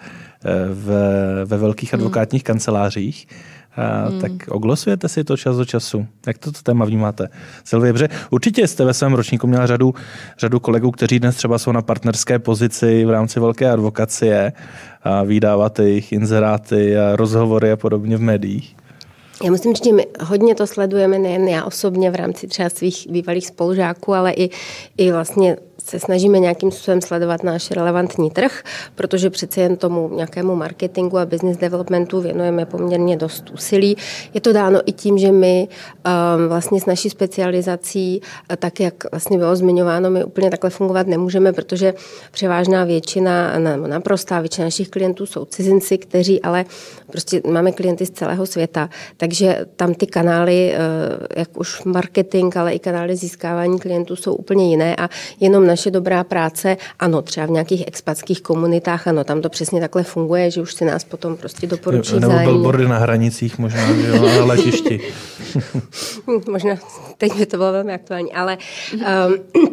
ve velkých advokátních kancelářích, tak oglosujete si to čas od času. Jak to téma vnímáte? Silvie, protože určitě jste ve svém ročníku měla řadu kolegů, kteří dnes třeba jsou na partnerské pozici v rámci velké advokacie a vydáváte jejich inzeráty a rozhovory a podobně v médiích. Já musím říct, že my hodně to sledujeme, nejen já osobně v rámci třeba svých bývalých spolužáků, ale i vlastně se snažíme nějakým způsobem sledovat náš relevantní trh, protože přece jen tomu nějakému marketingu a business developmentu věnujeme poměrně dost úsilí. Je to dáno i tím, že my vlastně s naší specializací, tak jak vlastně bylo zmiňováno, my úplně takhle fungovat nemůžeme, protože převážná většina, naprostá většina našich klientů jsou cizinci, kteří ale prostě máme klienty z celého světa, takže tam ty kanály, jak už marketing, ale i kanály získávání klientů jsou úplně jiné a jenom naše dobrá práce, ano, třeba v nějakých expatských komunitách, ano, tam to přesně takhle funguje, že už si nás potom prostě doporučí nebo vzájemně. Nebo billboardy na hranicích možná, jo, na letišti. Možná teď by to bylo velmi aktuální, ale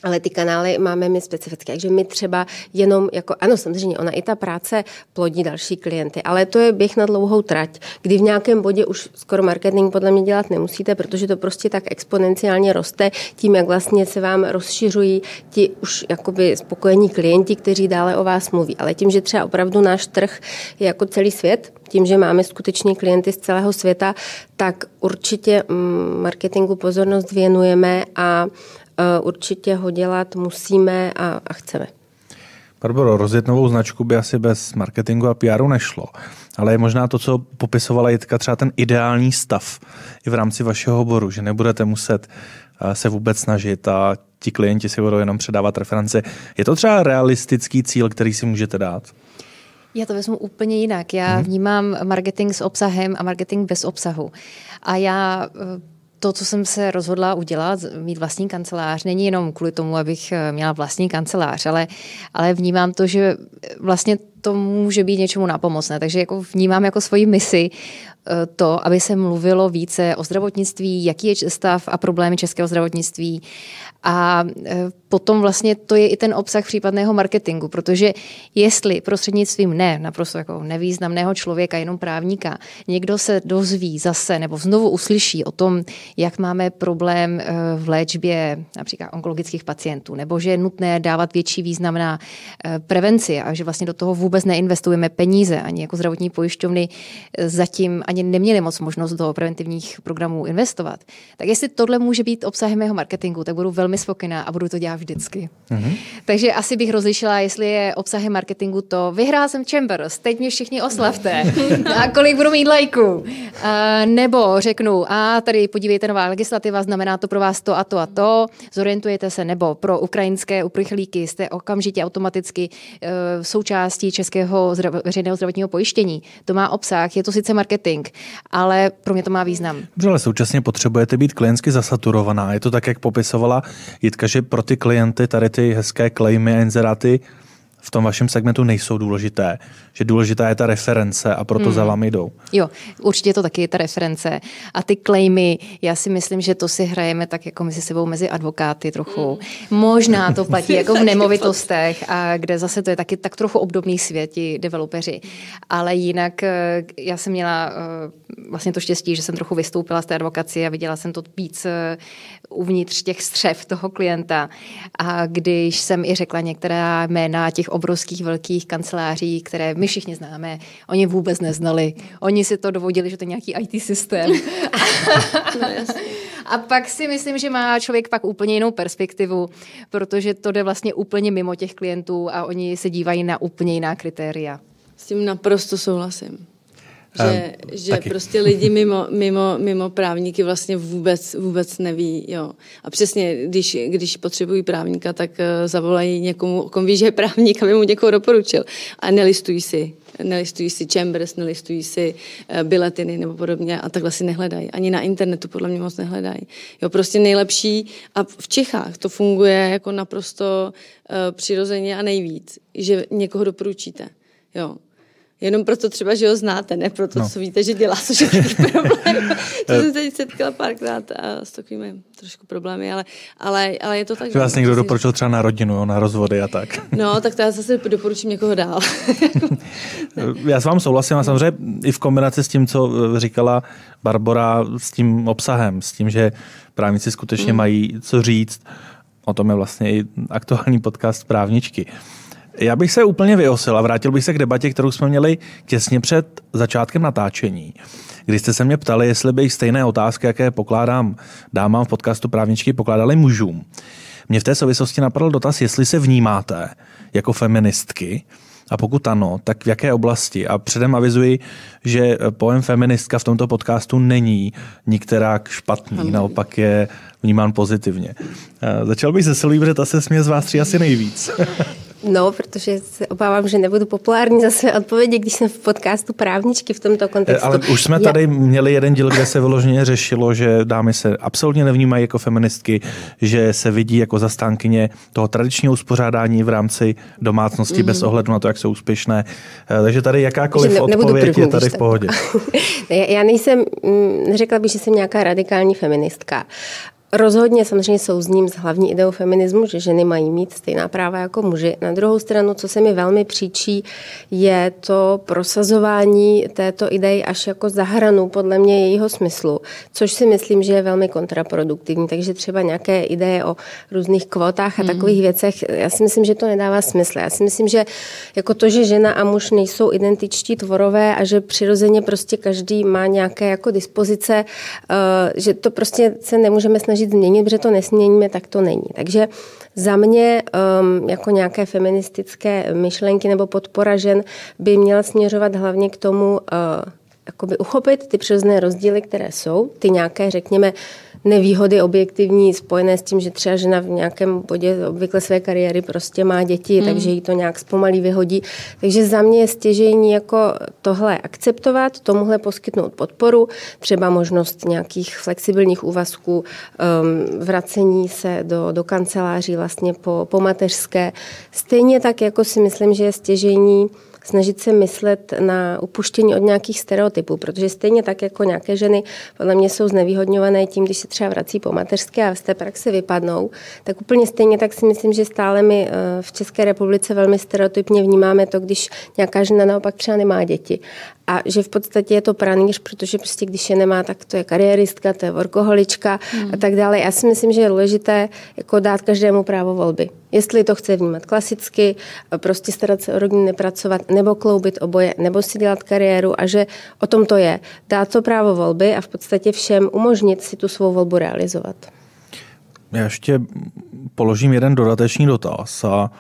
Ale ty kanály máme my specifické, takže my třeba jenom ano, samozřejmě, ona i ta práce plodí další klienty, ale to je běh na dlouhou trať, kdy v nějakém bodě už skoro marketing podle mě dělat nemusíte, protože to prostě tak exponenciálně roste tím, jak vlastně se vám rozšiřují ti už jakoby spokojení klienti, kteří dále o vás mluví. Ale tím, že třeba opravdu náš trh je jako celý svět, tím, že máme skutečně klienty z celého světa, tak určitě marketingu pozornost věnujeme a určitě ho dělat musíme a chceme. Barboro, rozjet novou značku by asi bez marketingu a PR nešlo, ale je možná to, co popisovala Jitka, třeba ten ideální stav i v rámci vašeho oboru, že nebudete muset se vůbec snažit a ti klienti si budou jenom předávat reference. Je to třeba realistický cíl, který si můžete dát? Já to vezmu úplně jinak. Já vnímám marketing s obsahem a marketing bez obsahu. A já to, co jsem se rozhodla udělat, mít vlastní kancelář, není jenom kvůli tomu, abych měla vlastní kancelář, ale vnímám to, že vlastně to může být něčemu nápomocné. Takže jako vnímám jako svoji misi to, aby se mluvilo více o zdravotnictví, jaký je stav a problémy českého zdravotnictví. A potom vlastně to je i ten obsah případného marketingu, protože jestli prostřednictvím naprosto jako nevýznamného člověka, jenom právníka, někdo se dozví zase nebo znovu uslyší o tom, jak máme problém v léčbě například onkologických pacientů, nebo že je nutné dávat větší význam na prevenci a že vlastně do toho vůbec neinvestujeme peníze, ani jako zdravotní pojišťovny zatím ani neměli moc možnost do preventivních programů investovat. Tak jestli tohle může být obsahem mého marketingu, tak budu velmi spokojená a budu to dělat vždycky. Takže asi bych rozlišila, jestli je obsahem marketingu to vyhrál jsem Chambers, teď mě všichni oslavte a kolik budu mít lajků. Nebo řeknu, tady podívejte, nová legislativa, znamená to pro vás to a to a to, zorientujete se, nebo pro ukrajinské uprchlíky jste okamžitě automaticky součástí českého veřejného zdravotního pojištění. To má obsah, je to sice marketing, ale pro mě to má význam. Dobře, ale současně potřebujete být klientsky zasaturovaná. Je to tak, jak popisovala Jitka, že pro ty klienty tady ty hezké klejmy a inzeráty v tom vašem segmentu nejsou důležité. Že důležitá je ta reference a proto za vámi jdou. Jo, určitě to taky je ta reference. A ty claimy, já si myslím, že to si hrajeme tak jako mezi sebou, mezi advokáty trochu. Možná to platí jako v nemovitostech, a kde zase to je taky tak trochu obdobný svět, ti developeři. Ale jinak já jsem měla vlastně to štěstí, že jsem trochu vystoupila z té advokacie a viděla jsem to víc uvnitř těch střev toho klienta. A když jsem i řekla některá jména těch obrovských velkých kanceláří, které my všichni známe, oni vůbec neznali. Oni si to dovodili, že to je nějaký IT systém. A pak si myslím, že má člověk pak úplně jinou perspektivu, protože to jde vlastně úplně mimo těch klientů a oni se dívají na úplně jiná kritéria. S tím naprosto souhlasím. Že prostě lidi mimo právníky vlastně vůbec neví. Jo. A přesně, když potřebují právníka, tak zavolají někomu, komu ví, že je právník, aby mu někoho doporučil. A nelistují si Chambers, nelistují si biletiny nebo podobně a takhle si nehledají. Ani na internetu podle mě moc nehledají. Jo, prostě nejlepší a v Čechách to funguje jako naprosto přirozeně a nejvíc, že někoho doporučíte. Jo. Jenom proto třeba, že ho znáte, ne proto, co víte, že dělá, což je taky problém. To jsem se setkala párkrát a s takovými trošku problémy, ale je to tak. Že vás někdo doporučil třeba na rodinu, na rozvody a tak. No, tak to já zase doporučím někoho dál. Já s vám souhlasím a samozřejmě i v kombinaci s tím, co říkala Barbora, s tím obsahem, s tím, že právníci skutečně mají co říct. O tom je vlastně i aktuální podcast Právničky. Já bych se úplně vyosil a vrátil bych se k debatě, kterou jsme měli těsně před začátkem natáčení, kdy jste se mě ptali, jestli bych stejné otázky, jaké pokládám dámám v podcastu Právničky, pokládali mužům. Mě v té souvislosti napadl dotaz, jestli se vnímáte jako feministky a pokud ano, tak v jaké oblasti. A předem avizuji, že pojem feministka v tomto podcastu není nikterak špatný, naopak je vnímán pozitivně. Začal bych se Silví, protože ta se směje z vás 3 asi nejvíc. No, protože se obávám, že nebudu populární za své odpovědi, když jsem v podcastu Právničky v tomto kontextu. Ale už jsme tady měli jeden díl, kde se vyloženě řešilo, že dámy se absolutně nevnímají jako feministky, že se vidí jako zastánkyně toho tradičního uspořádání v rámci domácnosti bez ohledu na to, jak jsou úspěšné. Takže tady jakákoliv odpověď je tady v pohodě. Já neřekla bych, že jsem nějaká radikální feministka. Rozhodně samozřejmě souzním s hlavní ideou feminismu, že ženy mají mít stejná práva jako muži. Na druhou stranu, co se mi velmi příčí, je to prosazování této idei až jako za hranu podle mě jejího smyslu, což si myslím, že je velmi kontraproduktivní. Takže třeba nějaké ideje o různých kvótách a takových věcech, já si myslím, že to nedává smysl. Já si myslím, že jako to, že žena a muž nejsou identičtí tvorové a že přirozeně prostě každý má nějaké jako dispozice, že to prostě se nemůžeme snažit změnit, protože to nesměníme, tak to není. Takže za mě jako nějaké feministické myšlenky nebo podpora žen by měla směřovat hlavně k tomu jakoby uchopit ty přirozené rozdíly, které jsou, ty nějaké, řekněme, nevýhody objektivní spojené s tím, že třeba žena v nějakém bodě obvykle své kariéry prostě má děti, takže jí to nějak zpomalí vyhodí. Takže za mě je stěžejní jako tohle akceptovat, tomuhle poskytnout podporu, třeba možnost nějakých flexibilních úvazků, vracení se do kanceláří vlastně po mateřské. Stejně tak, jako si myslím, že je stěžejní snažit se myslet na upuštění od nějakých stereotypů, protože stejně tak jako nějaké ženy podle mě jsou znevýhodňované tím, když se třeba vrací po mateřské a z té praxe vypadnou, tak úplně stejně tak si myslím, že stále my v České republice velmi stereotypně vnímáme to, když nějaká žena naopak třeba nemá děti. A že v podstatě je to pranýř, protože prostě když je nemá, tak to je kariéristka, to je workoholička a tak dále. Já si myslím, že je důležité jako dát každému právo volby. Jestli to chce vnímat klasicky, prostě starat se o rodinu, nepracovat, nebo kloubit oboje, nebo si dělat kariéru a že o tom to je. Dát to právo volby a v podstatě všem umožnit si tu svou volbu realizovat. Já ještě položím jeden dodatečný dotaz a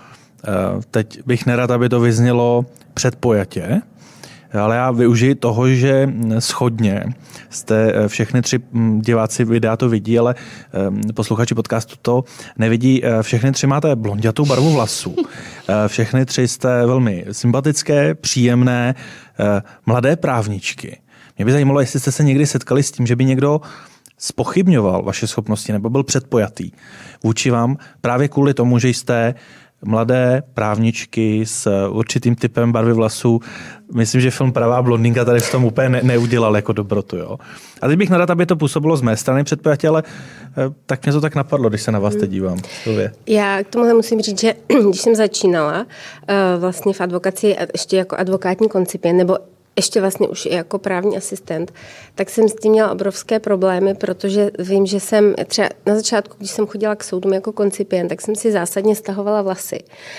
teď bych nerad, aby to vyznělo předpojatě, ale já využiji toho, že shodně jste všechny tři diváci videa to vidí, ale posluchači podcastu to nevidí. Všechny tři máte blonďatou barvu vlasů. Všechny tři jste velmi sympatické, příjemné, mladé právničky. Mě by zajímalo, jestli jste se někdy setkali s tím, že by někdo zpochybňoval vaše schopnosti nebo byl předpojatý vůči vám právě kvůli tomu, že jste mladé právničky s určitým typem barvy vlasů. Myslím, že film Pravá blondýnka tady v tom úplně neudělal jako dobrotu. Jo? A teď bych nerad, aby to působilo z mé strany předpojatě, ale tak mě to tak napadlo, když se na vás teď dívám. Já k tomuhle musím říct, že když jsem začínala vlastně v advokaci ještě jako advokátní koncipient, nebo ještě vlastně už i jako právní asistent, tak jsem s tím měla obrovské problémy, protože vím, že jsem třeba na začátku, když jsem chodila k soudům jako koncipient, tak jsem si zásadně stahovala vlasy.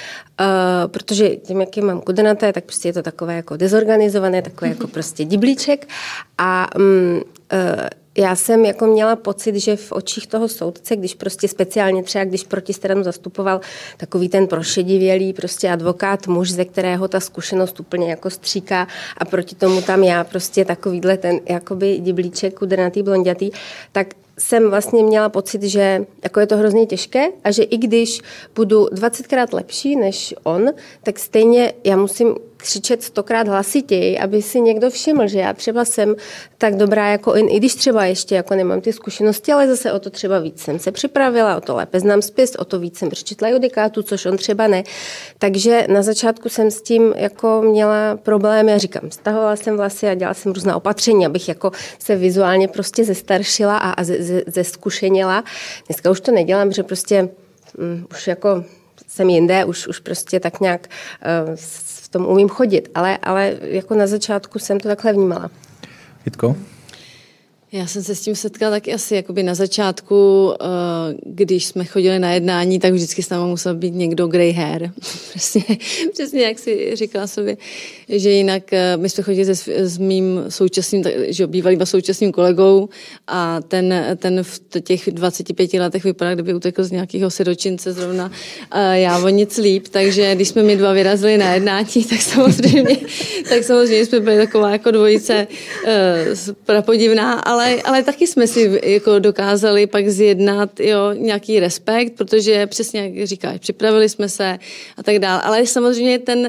Protože tím, jak je mám kudenaté, tak prostě je to takové jako dezorganizované, takové jako prostě diblíček a já jsem jako měla pocit, že v očích toho soudce, když prostě speciálně třeba, když protistranu zastupoval takový ten prošedivělý prostě advokát, muž, ze kterého ta zkušenost úplně jako stříká a proti tomu tam já prostě takovýhle ten jakoby diblíček, kudenatý, blondětý, tak jsem vlastně měla pocit, že jako je to hrozně těžké a že i když budu 20krát lepší než on, tak stejně já musím křičet 100krát hlasitěji, aby si někdo všiml, že já třeba jsem tak dobrá jako on, i když třeba ještě jako nemám ty zkušenosti, ale zase o to třeba víc jsem se připravila, o to lépe znám spis, o to víc jsem přečetla judikátu, což on třeba ne. Takže na začátku jsem s tím jako měla problémy a říkám, stahovala jsem vlasy a dělala jsem různá opatření, abych jako se vizuálně prostě zestaršila a zeskušenila. Dneska už to nedělám, protože prostě už jako jsem jinde, už prostě tak nějak v tom umím chodit, ale jako na začátku jsem to takhle vnímala. Jitko? Já jsem se s tím setkala taky asi jakoby na začátku, když jsme chodili na jednání, tak vždycky s námi musel být někdo grey hair. Přesně jak si říkala sobě, že jinak my jsme chodili s mým současným, že bývalým současným kolegou a ten v těch 25 letech vypadá, kdyby utekl z nějakého siročince zrovna já o nic líp, takže když jsme my dva vyrazili na jednání, tak samozřejmě jsme byli taková jako dvojice prapodivná, ale taky jsme si jako dokázali pak zjednat nějaký respekt, protože přesně jak říkáš, připravili jsme se a tak dále. Ale samozřejmě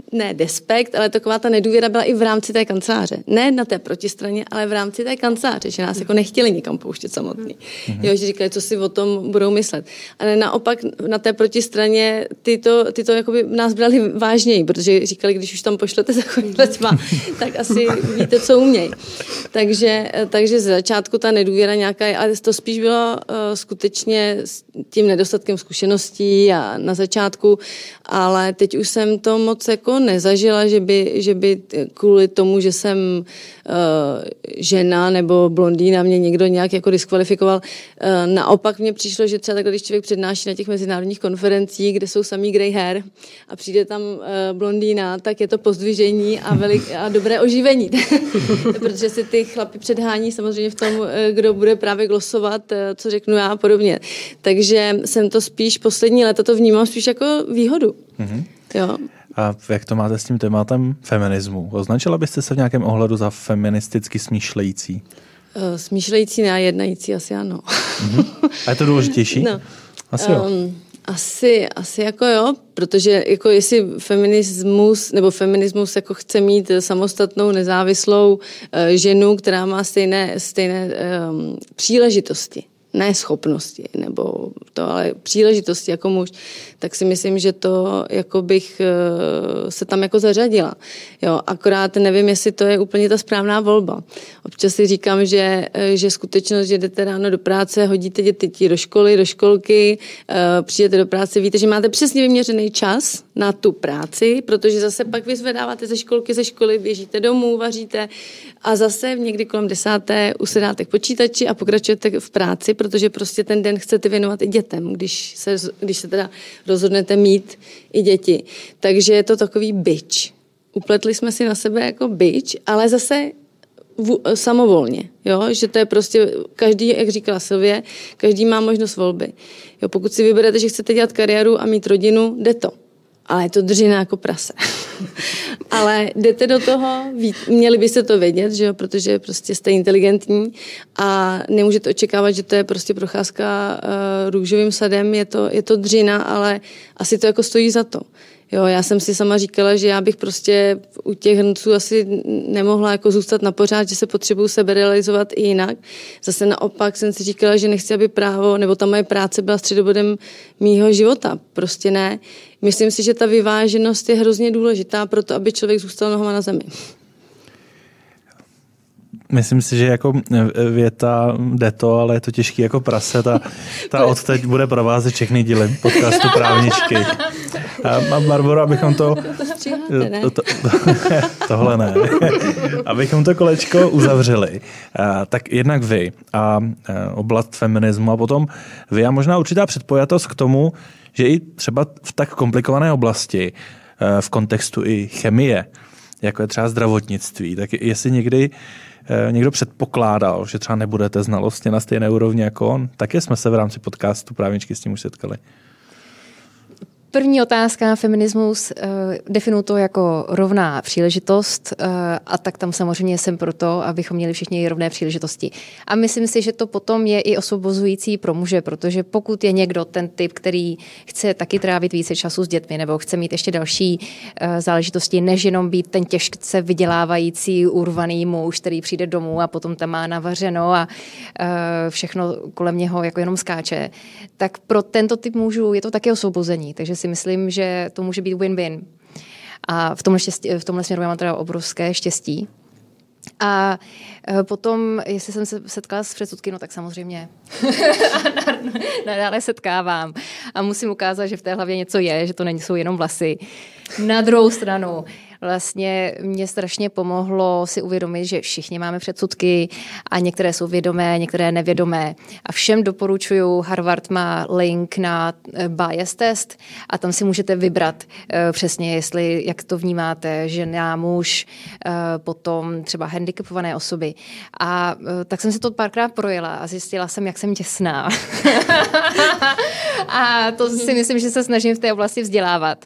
ne despekt, ale taková ta nedůvěra byla i v rámci té kanceláře. Ne na té protistraně, ale v rámci té kanceláře, že nás jako nechtěli nikam pouštět samotný. Jo, že říkali, co si o tom budou myslet. Ale naopak na té protistraně tyto jakoby nás brali vážněji, protože říkali, když už tam pošlete takovýhle tma, tak asi víte, co umějí. Takže z začátku ta nedůvěra nějaká, ale to spíš bylo skutečně s tím nedostatkem zkušeností a na začátku, ale teď už jsem to moc jako nezažila, že by kvůli tomu, že jsem žena nebo blondýna mě někdo nějak jako diskvalifikoval. Naopak mně přišlo, že třeba takhle, když člověk přednáší na těch mezinárodních konferencích, kde jsou samý grey hair a přijde tam blondýna, tak je to pozdvižení a dobré oživení. Protože si ty chlapi předhání samozřejmě v tom, kdo bude právě glosovat, co řeknu já a podobně. Takže jsem to spíš poslední léta to vnímám spíš jako výhodu. Mm-hmm. Jo. A jak to máte s tím tématem feminismu? Označila byste se v nějakém ohledu za feministicky smýšlející? Smýšlející, ne, jednající asi ano. Mm-hmm. A je to důležitější? No. Asi jo. Asi jako jo, protože jako jestli feminismus jako chce mít samostatnou, nezávislou ženu, která má stejné příležitosti, ne schopnosti, nebo to, ale příležitosti jako muž, tak si myslím, že to jako bych se tam jako zařadila. Jo, akorát nevím, jestli to je úplně ta správná volba. Občas si říkám, že skutečnost, že jdete ráno do práce, hodíte děti do školy, do školky, přijdete do práce, víte, že máte přesně vyměřený čas na tu práci, protože zase pak vyzvedáváte ze školy, běžíte domů, vaříte a zase někdy kolem 10. usedáte k počítači a pokračujete v práci, protože prostě ten den chcete věnovat i dětem, když se teda rozhodnete mít i děti. Takže je to takový bič. Upletli jsme si na sebe jako bič, ale zase samovolně, jo? Že to je prostě každý, jak říkala Sylvie, každý má možnost volby. Jo? Pokud si vyberete, že chcete dělat kariéru a mít rodinu, jde to. Ale je to dřina jako prase. Ale jdete do toho, měli byste to vědět, že jo? Protože prostě jste inteligentní a nemůžete očekávat, že to je prostě procházka růžovým sadem, je to dřina, ale asi to jako stojí za to. Jo, já jsem si sama říkala, že já bych prostě u těch hrnců asi nemohla jako zůstat na pořád, že se potřebuju seberealizovat i jinak. Zase naopak jsem si říkala, že nechci, aby právo nebo ta moje práce byla středobodem mýho života. Prostě ne. Myslím si, že ta vyváženost je hrozně důležitá pro to, aby člověk zůstal nohama na zemi. Myslím si, že jako věta jde to, ale je to těžký jako prase. Ta odteď bude provázet všechny díly podcastu Právničky. A Barbora, abychom tohle ne. Abychom to kolečko uzavřeli. Tak jednak vy a oblast feminismu a potom vy a možná určitá předpojatost k tomu, že i třeba v tak komplikované oblasti v kontextu i chemie, jako je třeba zdravotnictví, tak jestli někdy někdo předpokládal, že třeba nebudete znalosti na stejné úrovni jako on, taky jsme se v rámci podcastu Právničky s tím už setkali. První otázka, feminismus, definuji to jako rovná příležitost a tak tam samozřejmě jsem proto, abychom měli všichni rovné příležitosti. A myslím si, že to potom je i osvobozující pro muže, protože pokud je někdo ten typ, který chce taky trávit více času s dětmi nebo chce mít ještě další záležitosti, než jenom být ten těžce vydělávající urvaný muž, který přijde domů a potom tam má navařeno a všechno kolem něho jako jenom skáče, tak pro tento typ mužů je to taky osvobození, takže si myslím, že to může být win-win. A v tomhle směru já mám teda obrovské štěstí. A potom, jestli jsem se setkala s předsudky, no tak samozřejmě nadále setkávám. A musím ukázat, že v té hlavě něco je, že to nejsou jenom vlasy. Na druhou stranu, vlastně mě strašně pomohlo si uvědomit, že všichni máme předsudky a některé jsou vědomé, některé nevědomé. A všem doporučuju, Harvard má link na bias test a tam si můžete vybrat přesně, jak to vnímáte, žena, muž, potom třeba handicapované osoby. A tak jsem si to párkrát projela a zjistila jsem, jak jsem těsná. A to si myslím, že se snažím v té oblasti vzdělávat.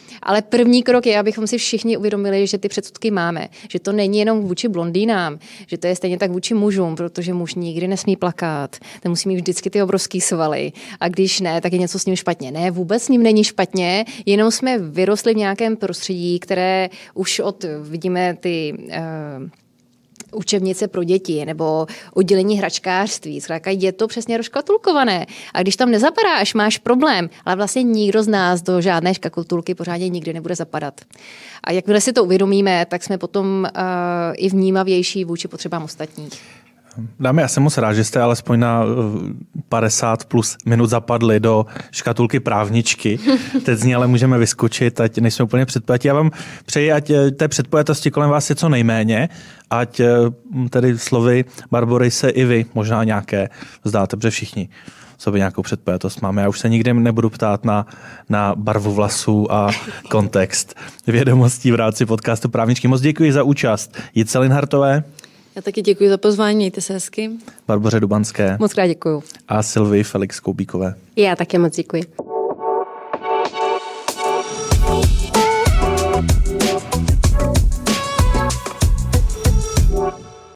Ale první krok je, abychom si všichni uvědomili, že ty předsudky máme. Že to není jenom vůči blondýnám, že to je stejně tak vůči mužům, protože muž nikdy nesmí plakat, ten musí mít vždycky ty obrovský svaly. A když ne, tak je něco s ním špatně. Ne, vůbec s ním není špatně, jenom jsme vyrostli v nějakém prostředí, které už vidíme ty učebnice pro děti nebo oddělení hračkářství. Zkrátka je to přesně rozškatulkované. A když tam nezapadáš, máš problém, ale vlastně nikdo z nás do žádné škatulky pořádně nikdy nebude zapadat. A jakmile si to uvědomíme, tak jsme potom i vnímavější vůči potřebám ostatních. Dámy, já jsem moc rád, že jste alespoň na 50 plus minut zapadli do škatulky právničky. Teď z ní ale můžeme vyskočit, ať nejsme úplně předpojatí. Já vám přeji, ať té předpojatosti kolem vás je co nejméně, ať tedy slovy Barbory se i vy možná nějaké zdáte, protože všichni sobě nějakou předpojatost máme. Já už se nikdy nebudu ptát na barvu vlasů a kontext vědomostí v rámci podcastu Právničky. Moc děkuji za účast Jitce Linhartové. Já taky děkuji za pozvání, mějte se hezky. Barboře Dubanské. Moc krát děkuju. A Sylvii Felix Koubíkové. Já také moc děkuji.